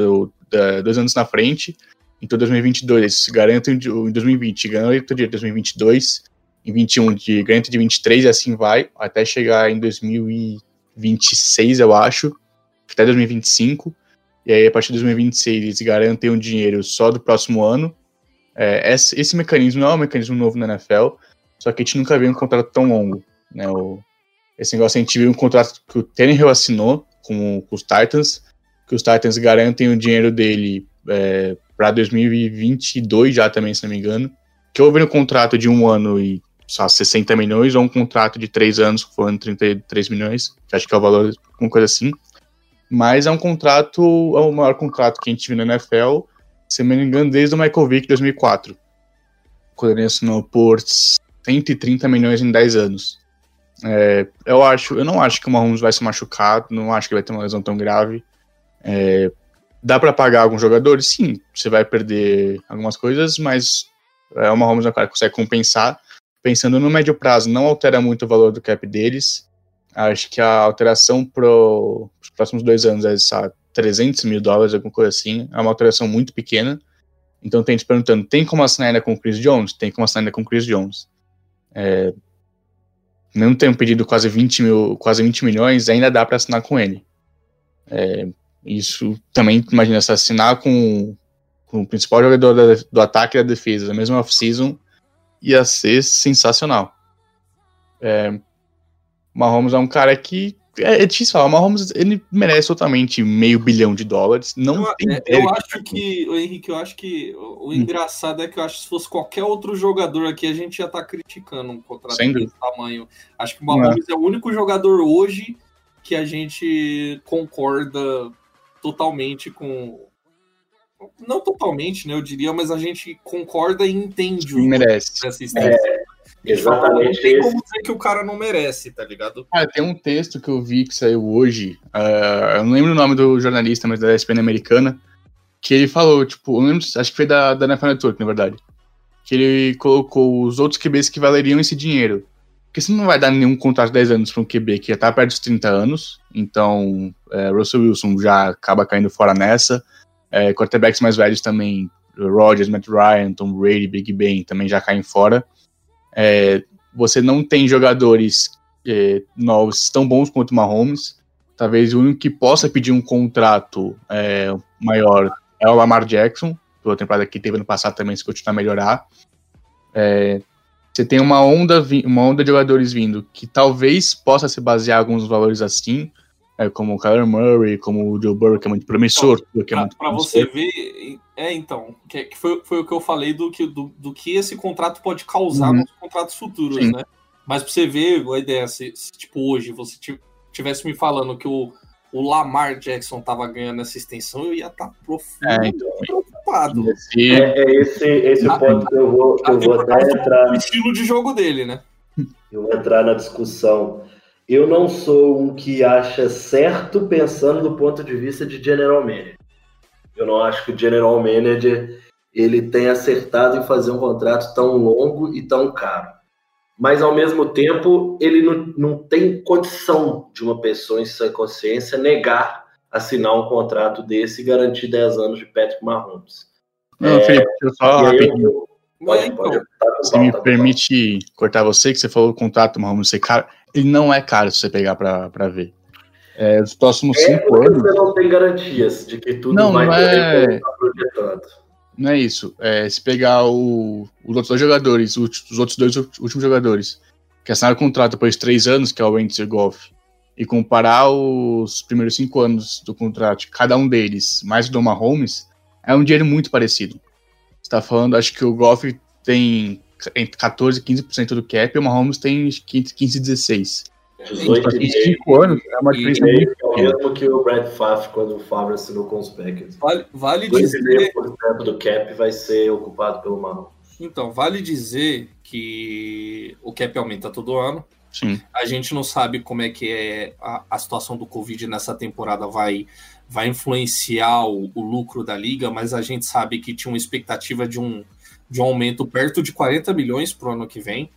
S3: uh, dois anos na frente. Então, dois mil e vinte e dois garantem em dois mil e vinte, garantem de dois mil e vinte e dois, em vinte e um de garantem de vinte e três e assim vai, até chegar em dois mil e vinte e seis, eu acho, até dois mil e vinte e cinco. E aí, a partir de dois mil e vinte e seis, eles garantem um dinheiro só do próximo ano. É, esse, esse mecanismo não é um mecanismo novo na N F L, só que a gente nunca viu um contrato tão longo, né? O, esse negócio a gente viu um contrato que o Tannehill assinou com, com os Titans, que os Titans garantem o dinheiro dele é, para dois mil e vinte e dois já também, se não me engano, que houve um contrato de um ano e só sessenta milhões, ou um contrato de três anos, falando trinta e três milhões, que acho que é o valor, uma coisa assim. Mas é um contrato, é o maior contrato que a gente viu na N F L, se não me engano, desde o Michael Vick, dois mil e quatro, quando ele assinou por cento e trinta milhões em dez anos. É, eu, acho, eu não acho que o Mahomes vai se machucar, não acho que ele vai ter uma lesão tão grave. É, dá pra pagar alguns jogadores? Sim, você vai perder algumas coisas, mas é, o Mahomes é um cara que consegue compensar. Pensando no médio prazo, não altera muito o valor do cap deles. Acho que a alteração para os próximos dois anos é sabe, trezentos mil dólares, alguma coisa assim. É uma alteração muito pequena. Então tem gente perguntando, tem como assinar ainda com o Chris Jones? Tem como assinar ainda com o Chris Jones. É, não tem um pedido quase vinte, mil, quase vinte milhões, ainda dá para assinar com ele. É, isso também, imagina, se assinar com, com o principal jogador da, do ataque e da defesa, na mesma off-season, ia ser sensacional. É, o Mahomes é um cara que é, é difícil falar, o Mahomes ele merece totalmente meio bilhão de dólares. Não
S4: eu,
S3: tem
S4: é, eu acho que, o Henrique, eu acho que o, o engraçado hum. é que eu acho que se fosse qualquer outro jogador aqui, a gente ia estar tá criticando um contrato desse tamanho. Acho que o Mahomes é. é o único jogador hoje que a gente concorda totalmente com... Não totalmente, né, eu diria, mas a gente concorda e entende o
S3: merece.
S4: Essa é,
S2: exatamente.
S4: Não tem como dizer que o cara não merece, tá ligado?
S3: Ah, tem um texto que eu vi que saiu hoje, uh, eu não lembro o nome do jornalista, mas da E S P N americana, que ele falou, tipo, eu lembro, acho que foi da, da N F L Network, na verdade, que ele colocou os outros Q Bs que valeriam esse dinheiro. Porque você não vai dar nenhum contrato de dez anos para um Q B que já tá perto dos trinta anos, então é, Russell Wilson já acaba caindo fora nessa. É, quarterbacks mais velhos também, Rodgers, Matt Ryan, Tom Brady, Big Ben, também já caem fora. É, você não tem jogadores é, novos tão bons quanto o Mahomes. Talvez o único que possa pedir um contrato é, maior é o Lamar Jackson, pela temporada que teve no passado também, se continuar a melhorar. É, você tem uma onda, uma onda de jogadores vindo que talvez possa se basear em alguns valores assim, é, como o Kyler Murray, como o Joe Burrow, que é muito promissor.
S4: Então,
S3: que é muito
S4: pra promissor. Você ver, é então, que, que foi, foi o que eu falei do que, do, do que esse contrato pode causar uhum. nos contratos futuros, Sim. né? Mas pra você ver a ideia, se, se tipo hoje você tivesse me falando que o, o Lamar Jackson tava ganhando essa extensão, eu ia estar tá profundamente é, então, preocupado.
S2: Esse... É, é esse, esse ah, ponto que eu vou, que eu vou até entrar.
S4: O estilo de jogo dele, né?
S2: Eu vou entrar na discussão. Eu não sou um que acha certo pensando do ponto de vista de General Manager. Eu não acho que o General Manager ele tenha acertado em fazer um contrato tão longo e tão caro. Mas, ao mesmo tempo, ele não, não tem condição de uma pessoa em sua consciência negar assinar um contrato desse e garantir dez anos de Patrick Mahomes.
S3: Não, é, Felipe, eu só rapidinho.
S2: Pode, pode.
S3: Se me permite cortar você, que você falou o contrato do Mahomes ser caro. Ele não é caro se você pegar pra, pra ver. É, os próximos é cinco anos...
S2: você não tem garantias de que tudo
S3: não,
S2: vai
S3: não
S2: é...
S3: estar projetado. Não é isso. É, se pegar o, os outros dois jogadores, os outros dois últimos jogadores, que assinaram o contrato depois de três anos, que é o Wentz e o Goff, e comparar os primeiros cinco anos do contrato, cada um deles, mais o do Mahomes, é um dinheiro muito parecido. Você tá falando, acho que o Goff tem entre catorze e quinze por cento do cap, e o Mahomes tem quinze e dezesseis por cento.
S2: dezoito
S3: e cinco anos é uma diferença muito
S2: é o mesmo que o Brett Favre quando o Favre assinou com os Packers.
S4: Vale, vale dizer...
S2: dois vírgula cinco por cento do cap vai ser ocupado pelo Mahomes.
S4: Então, vale dizer que o cap aumenta todo ano.
S3: Sim.
S4: A gente não sabe como é que é a, a situação do Covid nessa temporada vai, vai influenciar o, o lucro da liga, mas a gente sabe que tinha uma expectativa de um, de um aumento perto de quarenta milhões para o ano que vem.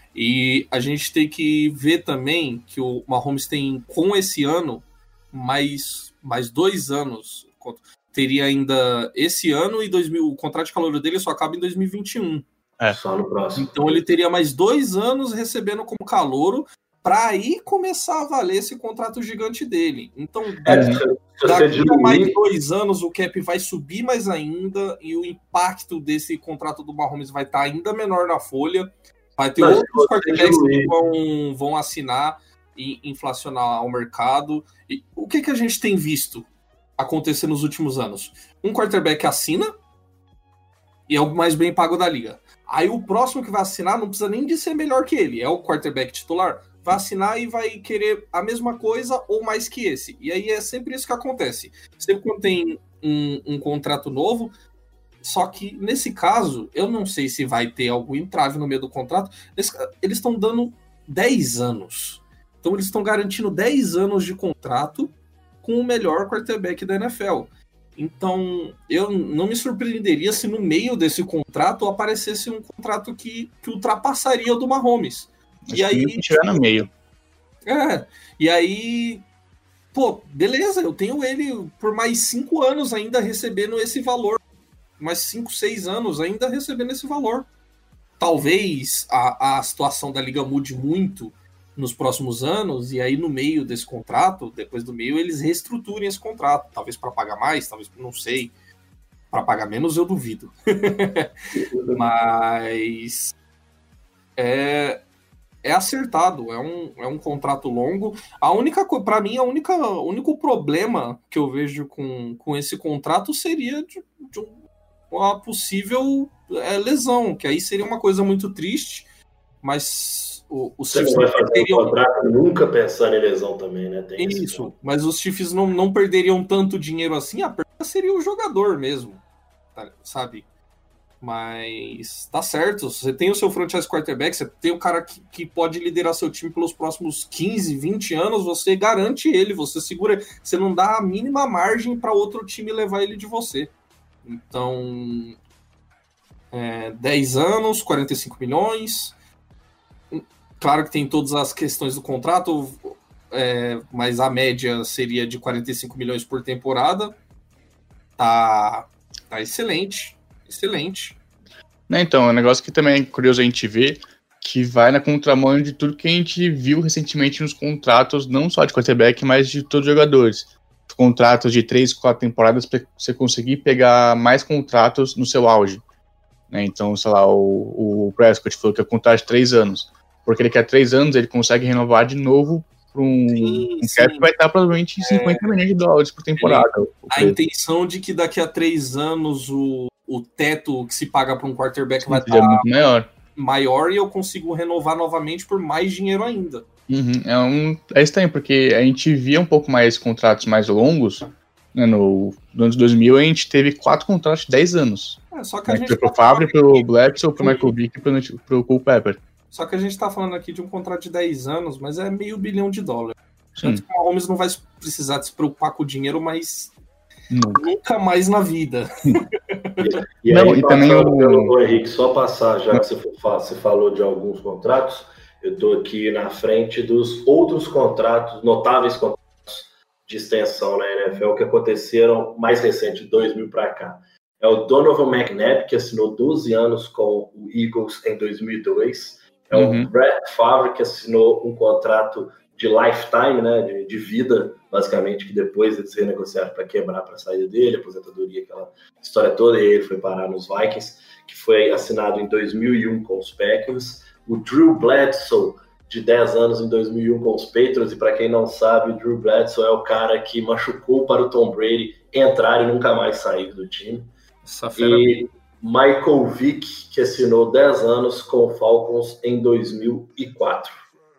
S4: E a gente tem que ver também que o Mahomes tem, com esse ano, mais, mais dois anos. teria ainda esse ano e dois mil, o contrato de calouro dele só acaba em dois mil e vinte e um.
S2: É. Só no próximo.
S4: Então ele teria mais dois anos recebendo como calouro para aí começar a valer esse contrato gigante dele. Então, daqui, é, daqui a mais dois anos, o cap vai subir mais ainda e o impacto desse contrato do Mahomes vai estar ainda menor na folha. Vai ter Mas, outros quarterbacks que vão, vão assinar e inflacionar o mercado. E o que, que a gente tem visto acontecer nos últimos anos? Um quarterback assina e é o mais bem pago da liga. Aí o próximo que vai assinar não precisa nem de ser melhor que ele, é o quarterback titular. Vai assinar e vai querer a mesma coisa ou mais que esse. E aí é sempre isso que acontece. Sempre quando tem um, um contrato novo, só que nesse caso, eu não sei se vai ter algum entrave no meio do contrato. Eles estão dando dez anos. Então eles estão garantindo dez anos de contrato com o melhor quarterback da N F L. Então eu não me surpreenderia se no meio desse contrato aparecesse um contrato que, que ultrapassaria o do Mahomes.
S3: Acho
S4: e aí
S3: tiver no meio.
S4: É, e aí, pô, beleza, eu tenho ele por mais cinco anos ainda recebendo esse valor. Mais cinco, seis anos ainda recebendo esse valor. Talvez a, a situação da liga mude muito nos próximos anos, e aí no meio desse contrato, depois do meio, eles reestruturem esse contrato. Talvez para pagar mais, talvez, não sei. Para pagar menos, eu duvido. Mas é... É acertado, é um, é um contrato longo. A única coisa, para mim, a única, o único problema que eu vejo com, com esse contrato seria de, de uma possível é, lesão, que aí seria uma coisa muito triste, mas o, os
S2: Chiefs não perderiam... um contrato nunca pensando em lesão também, né? Tem
S4: isso, esse... mas os Chiefs não, não perderiam tanto dinheiro assim, a perda seria o jogador mesmo, sabe? Mas tá certo, você tem o seu franchise quarterback, você tem o cara que, que pode liderar seu time pelos próximos quinze, vinte anos, você garante ele, você segura, você não dá a mínima margem para outro time levar ele de você. Então, é, dez anos, quarenta e cinco milhões, claro que tem todas as questões do contrato, é, mas a média seria de quarenta e cinco milhões por temporada, tá, tá excelente. Excelente.
S3: Então, é um negócio que também é curioso a gente ver, que vai na contramão de tudo que a gente viu recentemente nos contratos, não só de quarterback, mas de todos os jogadores. Contratos de três, quatro temporadas para você conseguir pegar mais contratos no seu auge. Né? Então, sei lá, o, o Prescott falou que é um contrato de três anos. Porque ele quer três anos, ele consegue renovar de novo para um, sim, um cap que vai estar provavelmente em cinquenta milhões de dólares por temporada.
S4: A intenção de que daqui a três anos o o teto que se paga para um quarterback vai estar
S3: muito maior.
S4: maior e eu consigo renovar novamente por mais dinheiro ainda.
S3: Uhum. É, um, é estranho, porque a gente via um pouco mais contratos mais longos, né, no, no anos dois mil a gente teve quatro contratos de dez anos.
S4: É, só que a
S3: né,
S4: gente
S3: foi
S4: tá
S3: pro Favre, pro Bledsoe, pro Michael Vick e pro, pro Culpepper.
S4: Só que a gente tá falando aqui de um contrato de dez anos, mas é meio bilhão de dólares. Tanto que o Mahomes não vai precisar de se preocupar com o dinheiro, mas nunca, nunca mais na vida.
S2: E, e não, aí, e também o Henrique, só passar, já que você, você falou de alguns contratos, eu estou aqui na frente dos outros contratos, notáveis contratos de extensão na N F L que aconteceram mais recente, de dois mil para cá. É o Donovan McNabb, que assinou doze anos com o Eagles em dois mil e dois. É uhum. o Brett Favre, que assinou um contrato de lifetime, né, de, de vida, basicamente, que depois eles renegociaram para quebrar para a saída dele, aposentadoria, aquela história toda, e ele foi parar nos Vikings, que foi assinado em dois mil e um com os Packers. O Drew Bledsoe, de dez anos em dois mil e um com os Patriots, e para quem não sabe, o Drew Bledsoe é o cara que machucou para o Tom Brady entrar e nunca mais sair do time.
S4: Essa fera
S2: e mesmo. Michael Vick, que assinou dez anos com o Falcons em dois mil e quatro.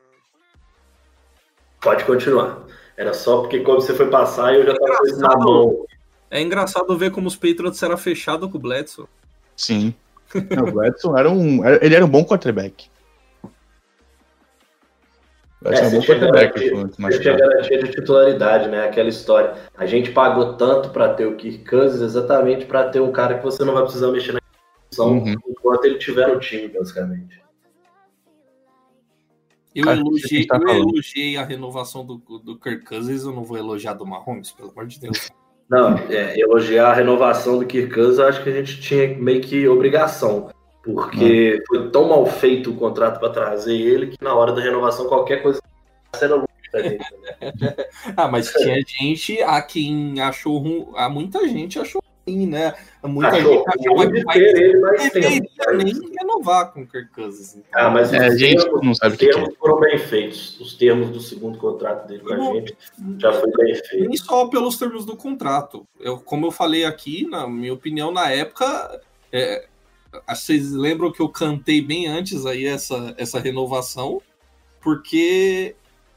S2: Pode continuar. Era só porque quando você foi passar eu já estava com isso na mão.
S4: É engraçado ver como os Patriots eram fechados com o Bledsoe.
S3: Sim. O Bledsoe era um, ele era um bom quarterback.
S2: É, você tinha garantia de titularidade, né? Aquela história. A gente pagou tanto para ter o Kirk Cousins exatamente para ter um cara que você não vai precisar mexer na posição uhum. enquanto ele tiver no time, basicamente.
S4: Eu, cara, elogiei, tá eu elogiei a renovação do, do Kirk Cousins, eu não vou elogiar do Mahomes, pelo amor de Deus.
S2: Não, é, elogiar a renovação do Kirk Cousins, eu acho que a gente tinha meio que obrigação, porque hum. foi tão mal feito o contrato para trazer ele que na hora da renovação qualquer coisa era lucro pra gente. Né?
S4: Ah, mas tinha gente, a quem achou ruim, a muita gente achou ruim, né? Muita
S2: achou
S4: gente achava
S2: que vai ter ele mais tempo.
S4: Não nem renovar com o Kirk Cousins. Então.
S2: Ah, mas
S3: é,
S2: os
S3: gente
S2: termos,
S3: não sabe
S2: os
S3: o que
S2: termos
S3: é.
S2: foram bem feitos. Os termos do segundo contrato dele com a gente já foi bem feito.
S4: Nem só pelos termos do contrato. Eu, como eu falei aqui, na minha opinião, na época, é, vocês lembram que eu cantei bem antes aí essa, essa renovação, porque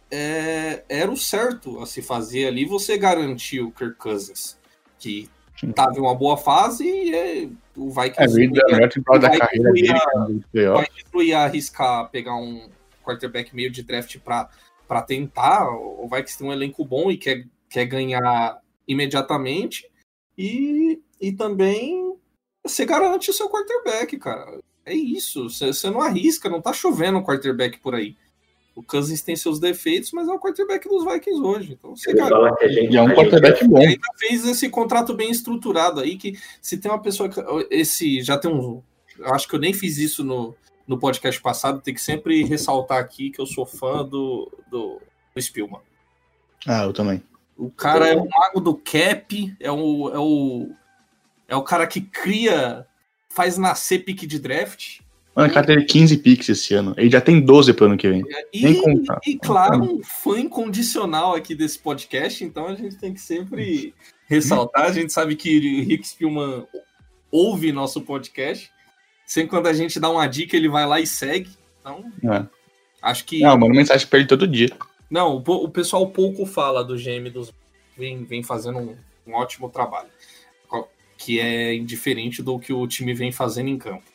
S4: é, era o certo a se fazer ali, você garantiu o Kirk Cousins, que estava em uma boa fase e é, o Vikings
S3: é, ia, da carreira dele,
S4: ia, ia, ia arriscar pegar um quarterback meio de draft para tentar. O Vikings tem um elenco bom e quer, quer ganhar imediatamente e, e também você garante o seu quarterback, cara. É isso, você, você não arrisca, não tá chovendo um quarterback por aí. O Cousins tem seus defeitos, mas é o quarterback dos Vikings hoje. Então, você
S2: falar que a gente,
S3: e é um quarterback
S2: gente...
S3: bom.
S4: E ainda fez esse contrato bem estruturado aí, que se tem uma pessoa que... Esse, já tem um... Eu acho que eu nem fiz isso no, no podcast passado, tem que sempre ressaltar aqui que eu sou fã do, do, do Spielman.
S3: Ah, eu também.
S4: O cara é o mago do cap, é o, é o, é o cara que cria, faz nascer pique de draft.
S3: Mano, o cara teve quinze picks esse ano. Ele já tem doze pro ano que vem.
S4: E, e claro, um fã incondicional aqui desse podcast, então a gente tem que sempre ressaltar. A gente sabe que o Rick Spielman ouve nosso podcast. Sempre quando a gente dá uma dica, ele vai lá e segue. Então,
S3: é.
S4: acho que...
S3: Não, manda mensagem pra ele todo dia.
S4: Não, o, o pessoal pouco fala do G M dos... Vem, vem fazendo um, um ótimo trabalho. Que é indiferente do que o time vem fazendo em campo.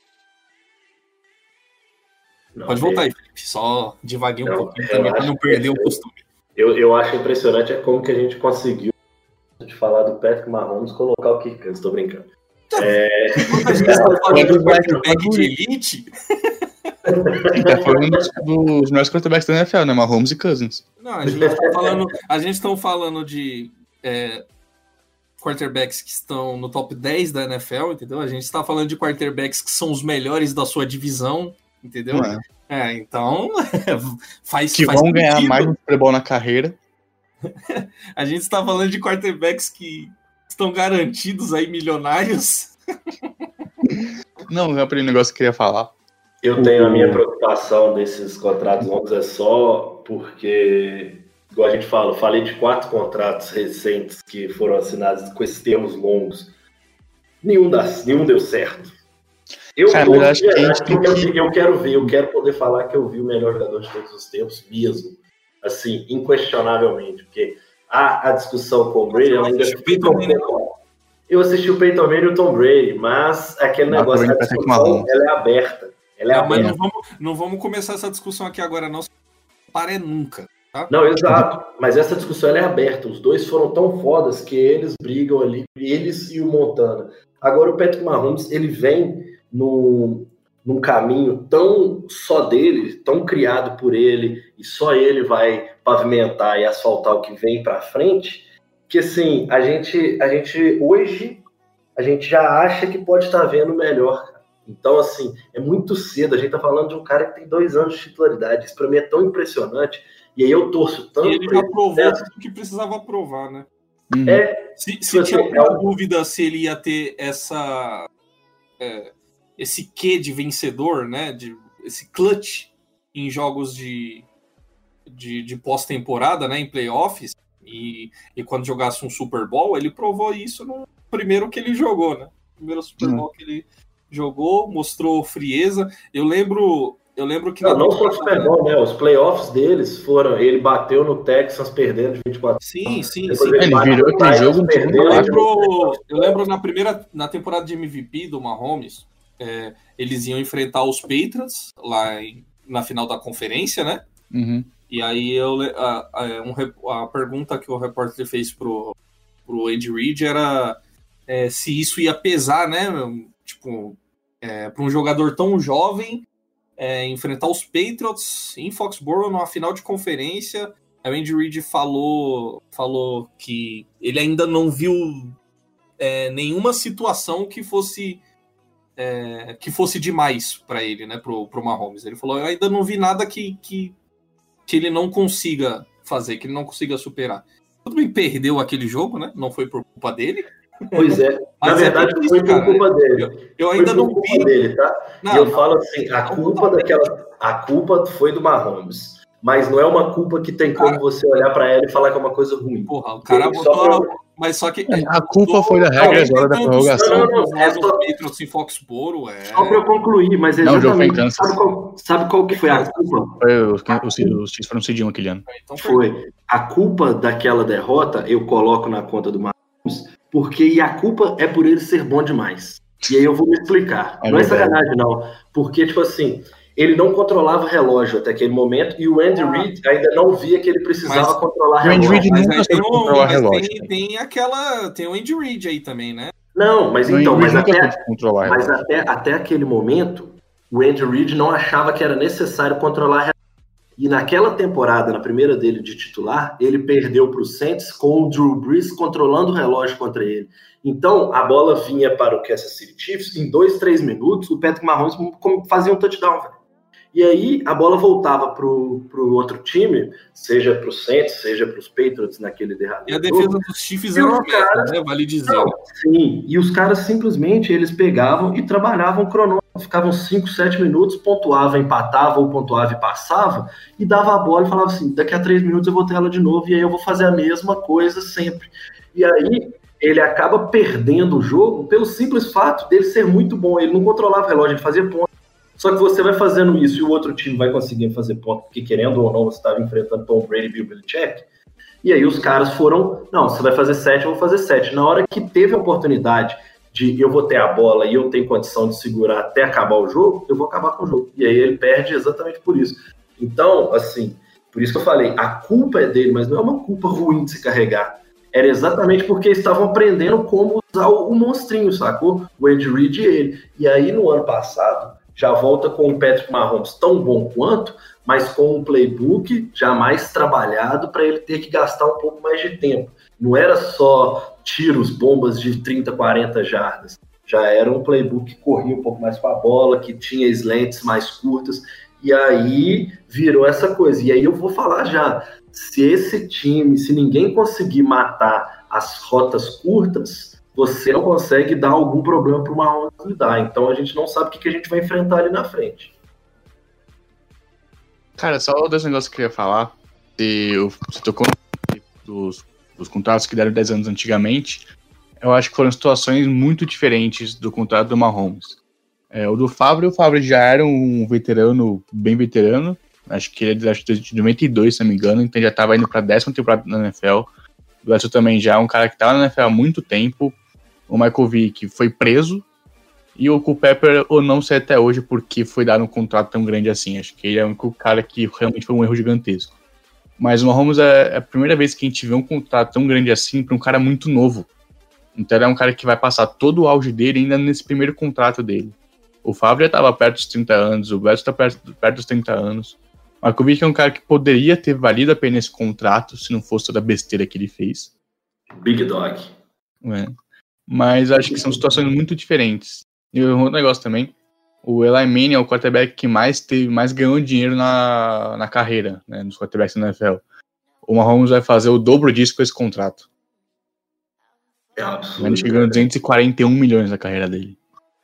S4: Não, Pode voltar é... aí, Felipe. Só devaguei um não, pouquinho também para não perder o costume.
S2: Eu, eu acho impressionante é como que a gente conseguiu de falar do Patrick Mahomes colocar o Kirk Cousins. Estou brincando.
S4: É... A gente está falando do quarterback de elite.
S3: A gente tá falando dos, dos melhores quarterbacks da N F L, né? Mahomes e Cousins.
S4: Não, a gente está falando, a gente tá falando de é, quarterbacks que estão no top dez da N F L, entendeu? A gente está falando de quarterbacks que são os melhores da sua divisão. Entendeu? É, é então faz
S3: que
S4: faz
S3: vão
S4: sentido.
S3: Ganhar mais um Super Bowl na carreira.
S4: A gente está falando de quarterbacks que estão garantidos aí, milionários.
S3: Não, não é para o negócio que eu queria falar.
S2: Eu tenho a minha preocupação desses contratos longos é só porque, igual a gente fala, eu falei de quatro contratos recentes que foram assinados com esses termos longos. Nenhum, das, nenhum deu certo. Eu,
S3: Cara,
S2: tô,
S3: eu, acho que a gente tem
S2: que... eu quero ver, eu quero poder falar que eu vi o melhor jogador de todos os tempos mesmo, assim, inquestionavelmente, porque a, a discussão com o Brady, ela ainda fica um pouco... Eu assisti o Peyton Manning e o Tom Brady, mas aquele não, negócio, a discussão, ela é aberta. Ela é
S4: não,
S2: aberta.
S4: Mas não vamos, não vamos começar essa discussão aqui agora, não, para nunca. Tá?
S2: Não, exato, mas essa discussão ela é aberta. Os dois foram tão fodas que eles brigam ali, eles e o Montana. Agora o Patrick Mahomes, ele vem num, num caminho tão só dele, tão criado por ele, e só ele vai pavimentar e asfaltar o que vem para frente, que assim, a gente, a gente hoje, a gente já acha que pode estar vendo melhor. Então, assim, é muito cedo, a gente tá falando de um cara que tem dois anos de titularidade, isso para mim é tão impressionante, e aí eu torço tanto...
S4: E ele já provou tudo que precisava provar, né?
S3: Uhum.
S2: É,
S4: se se tinha assim, alguma é... dúvida se ele ia ter essa... É, esse quê de vencedor, né, de, esse clutch em jogos de, de, de pós-temporada, né, em playoffs, e, e quando jogasse um Super Bowl, ele provou isso no primeiro que ele jogou, né, primeiro Super Bowl uhum. que ele jogou, mostrou frieza. Eu lembro, eu lembro que...
S2: Não, não só o Super Bowl, né, os playoffs deles foram, ele bateu no Texas perdendo de vinte e quatro.
S4: Sim, sim,
S2: Depois
S4: sim.
S2: Ele,
S3: ele virou aquele jogo.
S2: Perdeu,
S4: eu, lembro, eu lembro na primeira, na temporada de M V P do Mahomes, É, eles iam enfrentar os Patriots lá em, na final da conferência, né?
S3: Uhum.
S4: E aí eu, a, a, um, a pergunta que o repórter fez pro, pro Andy Reid era é, se isso ia pesar, né? Tipo, é, para um jogador tão jovem é, enfrentar os Patriots em Foxborough numa final de conferência, o Andy Reid falou, falou que ele ainda não viu é, nenhuma situação que fosse é, que fosse demais para ele, né, pro, pro Mahomes. Ele falou, eu ainda não vi nada que, que, que ele não consiga fazer, que ele não consiga superar. Tudo bem, perdeu aquele jogo, né? Não foi por culpa dele.
S2: Pois é, na
S4: Mas
S2: verdade
S4: é
S2: foi por
S4: cara,
S2: culpa dele.
S4: Eu, eu ainda
S2: foi
S4: não
S2: por
S4: vi.
S2: culpa dele, tá?
S4: Não,
S2: e eu
S4: não,
S2: falo assim, a
S4: não,
S2: culpa
S4: não,
S2: daquela, a culpa foi do Mahomes, mas não é uma culpa que tem como
S4: cara,
S2: você olhar para ela e falar que é uma coisa ruim.
S4: Porra, o cara
S2: Ele só
S4: botou,
S2: pra-
S4: mas só que
S3: A culpa foi da regra
S4: quarenta
S3: agora
S4: e
S3: da
S4: tantos
S3: prorrogação.
S2: Não, não,
S4: anos
S2: não,
S4: lá
S2: é
S4: nos
S2: só-
S4: Patriots em Foxboro, é.
S2: Só para eu concluir, mas
S3: Não, o jogo foi em
S2: exatamente,
S3: Kansas.
S2: sabe qual, sabe qual que foi a culpa?
S3: Foi Os, os, os Chiefs foram cediam aquele ano.
S4: Então foi.
S2: Foi a culpa daquela derrota, eu coloco na conta do Mahomes, porque e a culpa é por ele ser bom demais. E aí eu vou me explicar.
S3: É
S2: não
S3: verdade.
S2: é sacanagem, não. Porque, tipo assim, ele não controlava o relógio até aquele momento e o Andy Reid ainda não via que ele precisava
S4: Mas-
S2: controlar
S3: O Andy
S2: relógio.
S3: Reid
S4: Mas
S3: nunca
S4: aí tem,
S3: soube
S4: um,
S3: controlar
S4: mas
S3: relógio.
S4: tem, tem aquela. Tem o Andy Reid aí também, né?
S2: Não, mas
S3: O
S2: então,
S3: Andy Reid
S2: mas,
S3: nunca
S2: até,
S3: soube controlar
S2: mas
S3: relógio.
S2: até, até aquele momento, o Andy Reid não achava que era necessário controlar relógio. E naquela temporada, na primeira dele de titular, ele perdeu para o Saints com o Drew Brees controlando o relógio contra ele. Então, a bola vinha para o Kansas City Chiefs, em dois, três minutos, o Patrick Mahomes fazia um touchdown, velho. E aí, a bola voltava para o outro time, seja para o Saints, seja para os Patriots naquele derradeiro.
S4: E a defesa dos Chiefs
S2: E
S4: era
S2: os
S4: uma merda,
S2: caras-
S4: né? Vale dizer.
S2: Não, sim, e os caras simplesmente eles pegavam e trabalhavam o cronômetro, ficavam cinco, sete minutos, pontuava, empatava ou pontuava e passava, e dava a bola e falava assim, daqui a três minutos eu vou ter ela de novo, e aí eu vou fazer a mesma coisa sempre. E aí ele acaba perdendo o jogo pelo simples fato dele ser muito bom, ele não controlava o relógio, ele fazia ponto. Só que você vai fazendo isso e o outro time vai conseguir fazer ponto, porque querendo ou não você estava enfrentando Tom Brady e Bill Belichick. E aí os caras foram, não, você vai fazer sete, eu vou fazer sete. Na hora que teve a oportunidade de eu vou ter a bola e eu tenho condição de segurar até acabar o jogo, eu vou acabar com o jogo. E aí ele perde exatamente por isso. Então, assim, por isso que eu falei, a culpa é dele, mas não é uma culpa ruim de se carregar. Era exatamente porque eles estavam aprendendo como usar o, o monstrinho, sacou? O Andy Reid e ele. E aí no ano passado, já volta com o Patrick Mahomes tão bom quanto, mas com um playbook já mais trabalhado para ele ter que gastar um pouco mais de tempo. Não era só tiros, bombas de trinta, quarenta jardas. Já era um playbook que corria um pouco mais com a bola, que tinha slants mais curtas. E aí virou essa coisa. E aí eu vou falar já, se esse time, se ninguém conseguir matar as rotas curtas, você não consegue dar algum problema para o Mahomes lidar. Então a gente não sabe o que, que a gente vai enfrentar ali na frente.
S3: Cara, só dois negócios que eu queria falar. Você tocou dos, dos contratos que deram dez anos antigamente. Eu acho que foram situações muito diferentes do contrato do Mahomes. É, o do Favre, o Favre já era um veterano, bem veterano. Acho que ele é de noventa e dois, se não me engano. Então já estava indo para a décima temporada na N F L. O Bledsoe também já é um cara que estava na N F L há muito tempo. O Michael Vick foi preso. E o Culpepper, ou não sei até hoje, porque foi dado um contrato tão grande assim. Acho que ele é o único cara que realmente foi um erro gigantesco. Mas o Mahomes é a primeira vez que a gente vê um contrato tão grande assim para um cara muito novo. Então ele é um cara que vai passar todo o auge dele ainda nesse primeiro contrato dele. O Favre já estava perto dos trinta anos, o Bledsoe está perto, perto dos trinta anos. O Michael Vick é um cara que poderia ter valido a pena esse contrato se não fosse toda a besteira que ele fez.
S2: Big Dog.
S3: É. Mas acho que são situações muito diferentes. E um outro negócio também, o Eli Manning é o quarterback que mais, teve, mais ganhou dinheiro na, na carreira, né, nos quarterbacks da N F L. O Mahomes vai fazer o dobro disso com esse contrato.
S2: É um absurdo.
S3: Ele ganhou duzentos e quarenta e um milhões na carreira dele.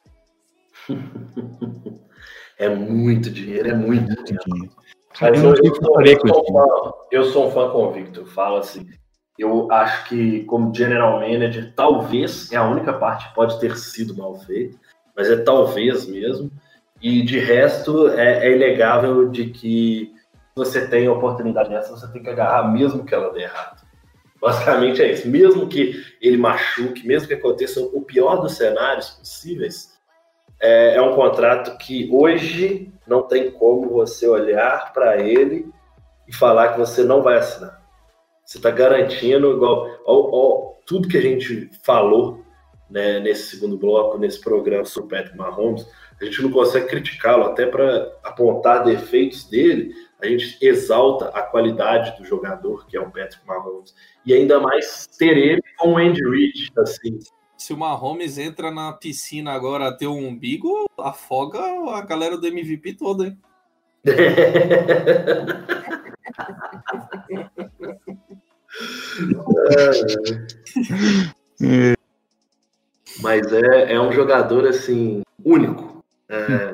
S2: É muito dinheiro, é muito dinheiro.
S3: dinheiro.
S2: Mas
S3: Eu
S2: eu,
S3: não sei
S2: eu,
S3: o que eu
S2: sou,
S3: faria
S2: eu,
S3: com
S2: sou
S3: isso.
S2: um fã, eu sou um fã convicto. Eu falo assim, eu acho que como general manager, talvez é a única parte que pode ter sido mal feita, mas é talvez mesmo. E de resto, é, é inegável de que você tem a oportunidade dessa, você tem que agarrar mesmo que ela dê errado. Basicamente é isso. Mesmo que ele machuque, mesmo que aconteça o pior dos cenários possíveis, é, é um contrato que hoje não tem como você olhar para ele e falar que você não vai assinar. Você está garantindo, igual ó, ó, tudo que a gente falou, né, nesse segundo bloco, nesse programa sobre o Patrick Mahomes, a gente não consegue criticá-lo, até para apontar defeitos dele, a gente exalta a qualidade do jogador, que é o Patrick Mahomes, e ainda mais ter ele com o Andy Reid, assim.
S4: Se o Mahomes entra na piscina agora a ter um umbigo, afoga a galera do M V P toda, hein?
S2: é. Mas é, é um jogador, assim, único. É,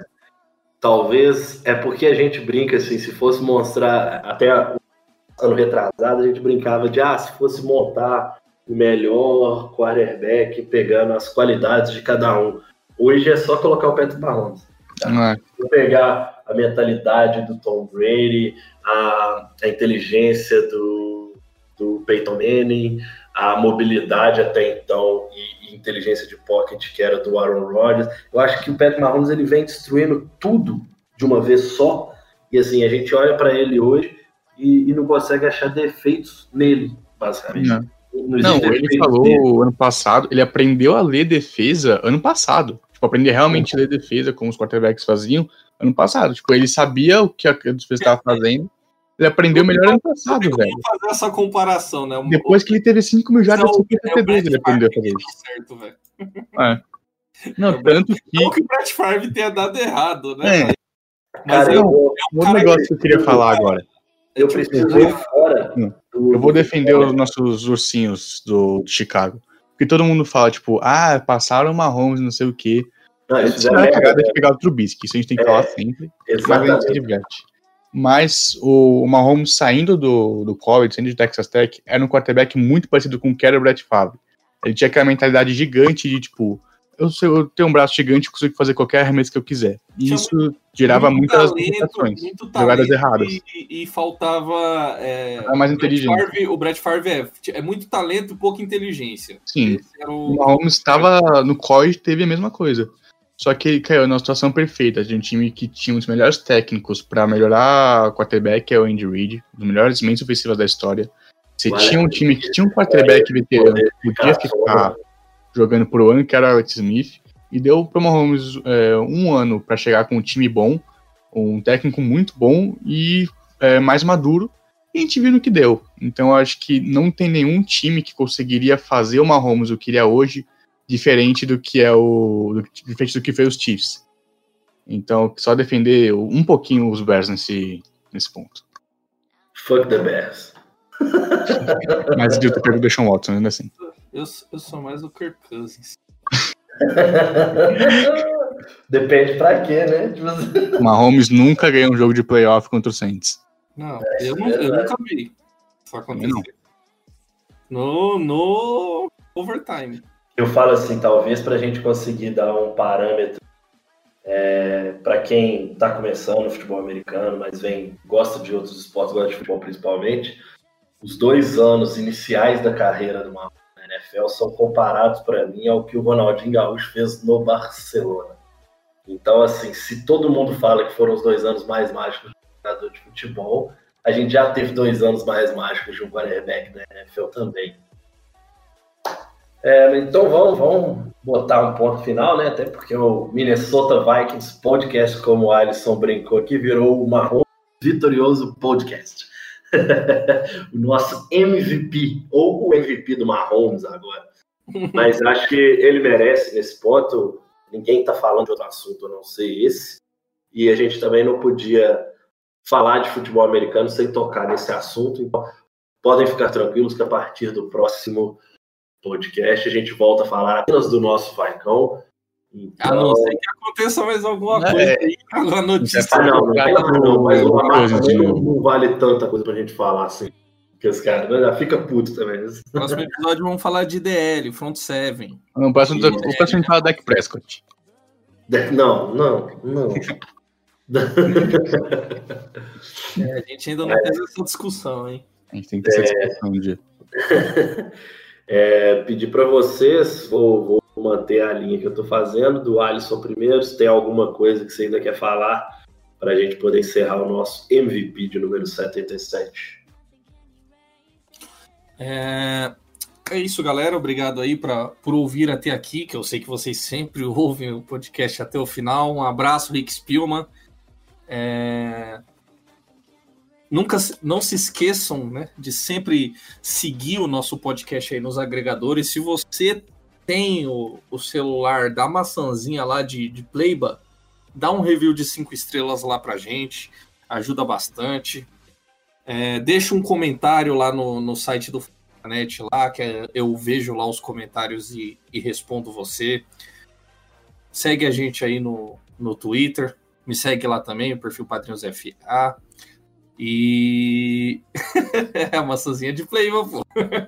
S2: talvez, é porque a gente brinca, assim, se fosse mostrar, até ano retrasado, a gente brincava de, ah, se fosse montar o melhor quarterback, pegando as qualidades de cada um. Hoje é só colocar o Patrick Mahomes. Tá? É. Vou pegar a mentalidade do Tom Brady, a, a inteligência do, do Peyton Manning, a mobilidade até então e, e inteligência de pocket que era do Aaron Rodgers. Eu acho que o Patrick Mahomes ele vem destruindo tudo de uma vez só. E assim, a gente olha para ele hoje e, e não consegue achar defeitos nele, basicamente.
S3: Não. Não, não ele falou dele. Ano passado, ele aprendeu a ler defesa ano passado. Tipo, aprender realmente a ler defesa, como os quarterbacks faziam, ano passado. Tipo, ele sabia o que a defesa estava fazendo. Ele aprendeu eu melhor ano passado, velho.
S4: Vamos fazer essa comparação, né?
S3: Depois que ele teve cinco mil jardas de cinquenta e dois, ele aprendeu a fazer isso.
S4: Certo, velho.
S3: É. Não, é tanto que...
S4: Não que o Brett Favre tenha dado errado, né?
S3: É. Mas cara, é um, um negócio que eu queria falar agora.
S2: Eu preciso ir fora.
S3: Do... Eu vou defender os nossos ursinhos do de Chicago. Porque todo mundo fala, tipo, ah, passaram uma Mahomes, não sei o quê. Não, isso é a cagada de pegar o Trubisky, isso a gente tem que é, falar sempre. Exatamente. Mas a gente se diverte. Mas o, o Mahomes saindo do, do college, saindo de Texas Tech, era um quarterback muito parecido com o que era o Brett Favre. Ele tinha aquela mentalidade gigante de, tipo, eu, eu tenho um braço gigante e consigo fazer qualquer arremesso que eu quiser. E isso gerava muitas limitações, jogadas erradas.
S4: E, e faltava... É,
S3: era mais inteligente.
S4: O Brett Favre é, é muito talento e pouca inteligência.
S3: Sim. O... o Mahomes estava no college, teve a mesma coisa. Só que ele caiu numa situação perfeita de um time que tinha os melhores técnicos para melhorar o quarterback, é o Andy Reid, um dos melhores mentes ofensivas da história. Você Olha, tinha um time que tinha um quarterback veterano que podia ficar jogando por um ano, que era o Alex Smith, e deu para o Mahomes é, um ano para chegar com um time bom, um técnico muito bom e é, mais maduro, e a gente viu no que deu. Então eu acho que não tem nenhum time que conseguiria fazer o Mahomes o que ele é hoje, diferente do que é o do, diferente do que fez os Chiefs. Então, só defender um pouquinho os Bears nesse, nesse ponto.
S2: Fuck the Bears.
S3: Mas eu tô pegando o Deshaun Watson, ainda assim.
S4: Eu, eu sou mais o Kirk Cousins.
S2: Depende pra quê, né?
S3: O Mahomes nunca ganhou um jogo de playoff contra o Saints.
S4: Não, é, eu, não eu nunca vi isso acontecer. No, no overtime.
S2: Eu falo assim, talvez para a gente conseguir dar um parâmetro é, para quem está começando o futebol americano, mas vem gosta de outros esportes, gosta de futebol principalmente, os dois anos iniciais da carreira do Mahomes na N F L são comparados para mim ao que o Ronaldinho Gaúcho fez no Barcelona. Então, assim, se todo mundo fala que foram os dois anos mais mágicos do jogador de futebol, a gente já teve dois anos mais mágicos de um quarterback da N F L também. É, então vamos, vamos botar um ponto final, né? Até porque o Minnesota Vikings Podcast, como o Alisson brincou aqui, virou o Mahomes Vitorioso Podcast. O nosso M V P, ou o M V P do Mahomes agora. Mas acho que ele merece nesse ponto. Ninguém está falando de outro assunto a não ser esse. E a gente também não podia falar de futebol americano sem tocar nesse assunto. Então podem ficar tranquilos que a partir do próximo podcast a gente volta a falar apenas do nosso Vaicão.
S4: Então... A não ser que aconteça mais alguma coisa
S2: é,
S4: aí, alguma notícia.
S2: Ah, não, não, não, não, mas o Lamar não, não vale tanta coisa pra gente falar assim. Que os caras já fica puto também.
S4: No próximo episódio vamos falar de D L, Front Seven.
S3: Não, o próximo a gente fala Dak Prescott.
S2: Não, não, não.
S4: É, a gente ainda não é. teve essa discussão, hein?
S3: A gente tem que ter essa discussão um dia.
S2: É, pedir para vocês, vou, vou manter a linha que eu estou fazendo, do Alisson primeiro, se tem alguma coisa que você ainda quer falar, para a gente poder encerrar o nosso M V P de número setenta e sete.
S4: É, é isso, galera. Obrigado aí pra, por ouvir até aqui, que eu sei que vocês sempre ouvem o podcast até o final. Um abraço, Rick Spielman. É... nunca não se esqueçam, né, de sempre seguir o nosso podcast aí nos agregadores. Se você tem o, o celular da maçãzinha lá de, de Playba, dá um review de cinco estrelas lá pra gente, ajuda bastante. É, deixa um comentário lá no, no site do Net lá, que é, eu vejo lá os comentários e, e respondo você. Segue a gente aí no, no Twitter, me segue lá também, o perfil Padrinhos F A. E é a maçãzinha de Playba, pô.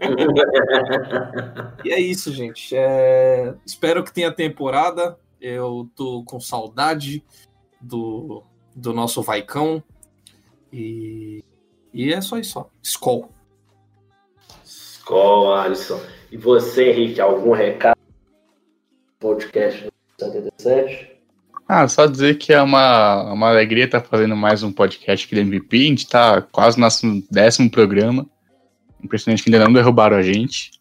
S4: E é isso, gente. É... Espero que tenha temporada. Eu tô com saudade do, do nosso Vaicão. E... e é só isso, ó. Skol.
S2: Skol, Alisson. E você, Henrique, algum recado do podcast do setenta e sete?
S3: Ah, só dizer que é uma, uma alegria estar fazendo mais um podcast aqui do M V P. A gente tá quase no nosso décimo programa. Impressionante que ainda não derrubaram a gente.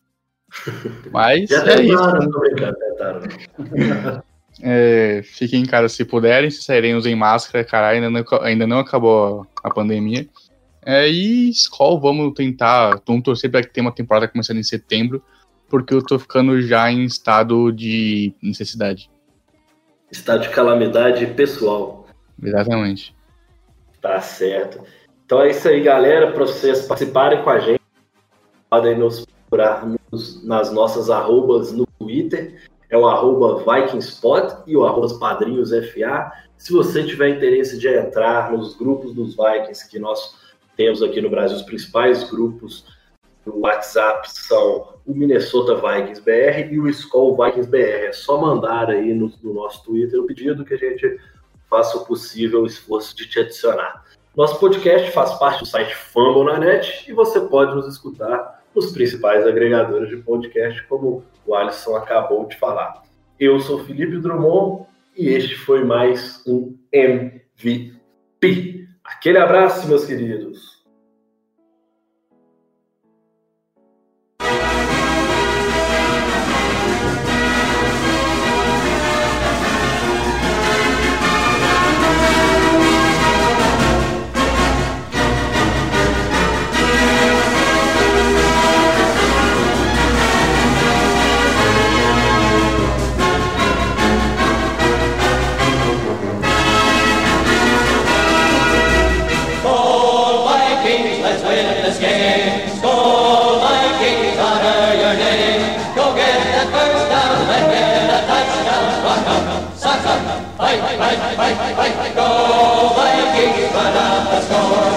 S3: Mas
S2: Já
S3: é
S2: tentaram,
S3: isso.
S2: tô brincando, tentaram.
S3: É, fiquem em casa se puderem, se saírem, usem máscara, cara, ainda não, ainda não acabou a pandemia. É, e Skol, vamos tentar, vamos torcer para que tenha uma temporada começando em setembro, porque eu tô ficando já em estado de necessidade.
S2: Estado de calamidade pessoal.
S3: Exatamente.
S2: Tá certo. Então é isso aí, galera. Para vocês participarem com a gente, podem nos procurar nos, nas nossas arrobas no Twitter. É o arroba VikingSpot e o arroba Padrinhos F A. Se você tiver interesse de entrar nos grupos dos Vikings que nós temos aqui no Brasil, os principais grupos do WhatsApp são o Minnesota Vikings B R e o Skol Vikings B R. É só mandar aí no, no nosso Twitter o pedido que a gente faça o possível esforço de te adicionar. Nosso podcast faz parte do site Fambonanet e você pode nos escutar nos principais agregadores de podcast, como o Alisson acabou de falar. Eu sou Felipe Drummond e este foi mais um M V P. Aquele abraço, meus queridos.
S5: Fight, fight, fight, fight, fight, go, Vikings, run up the score.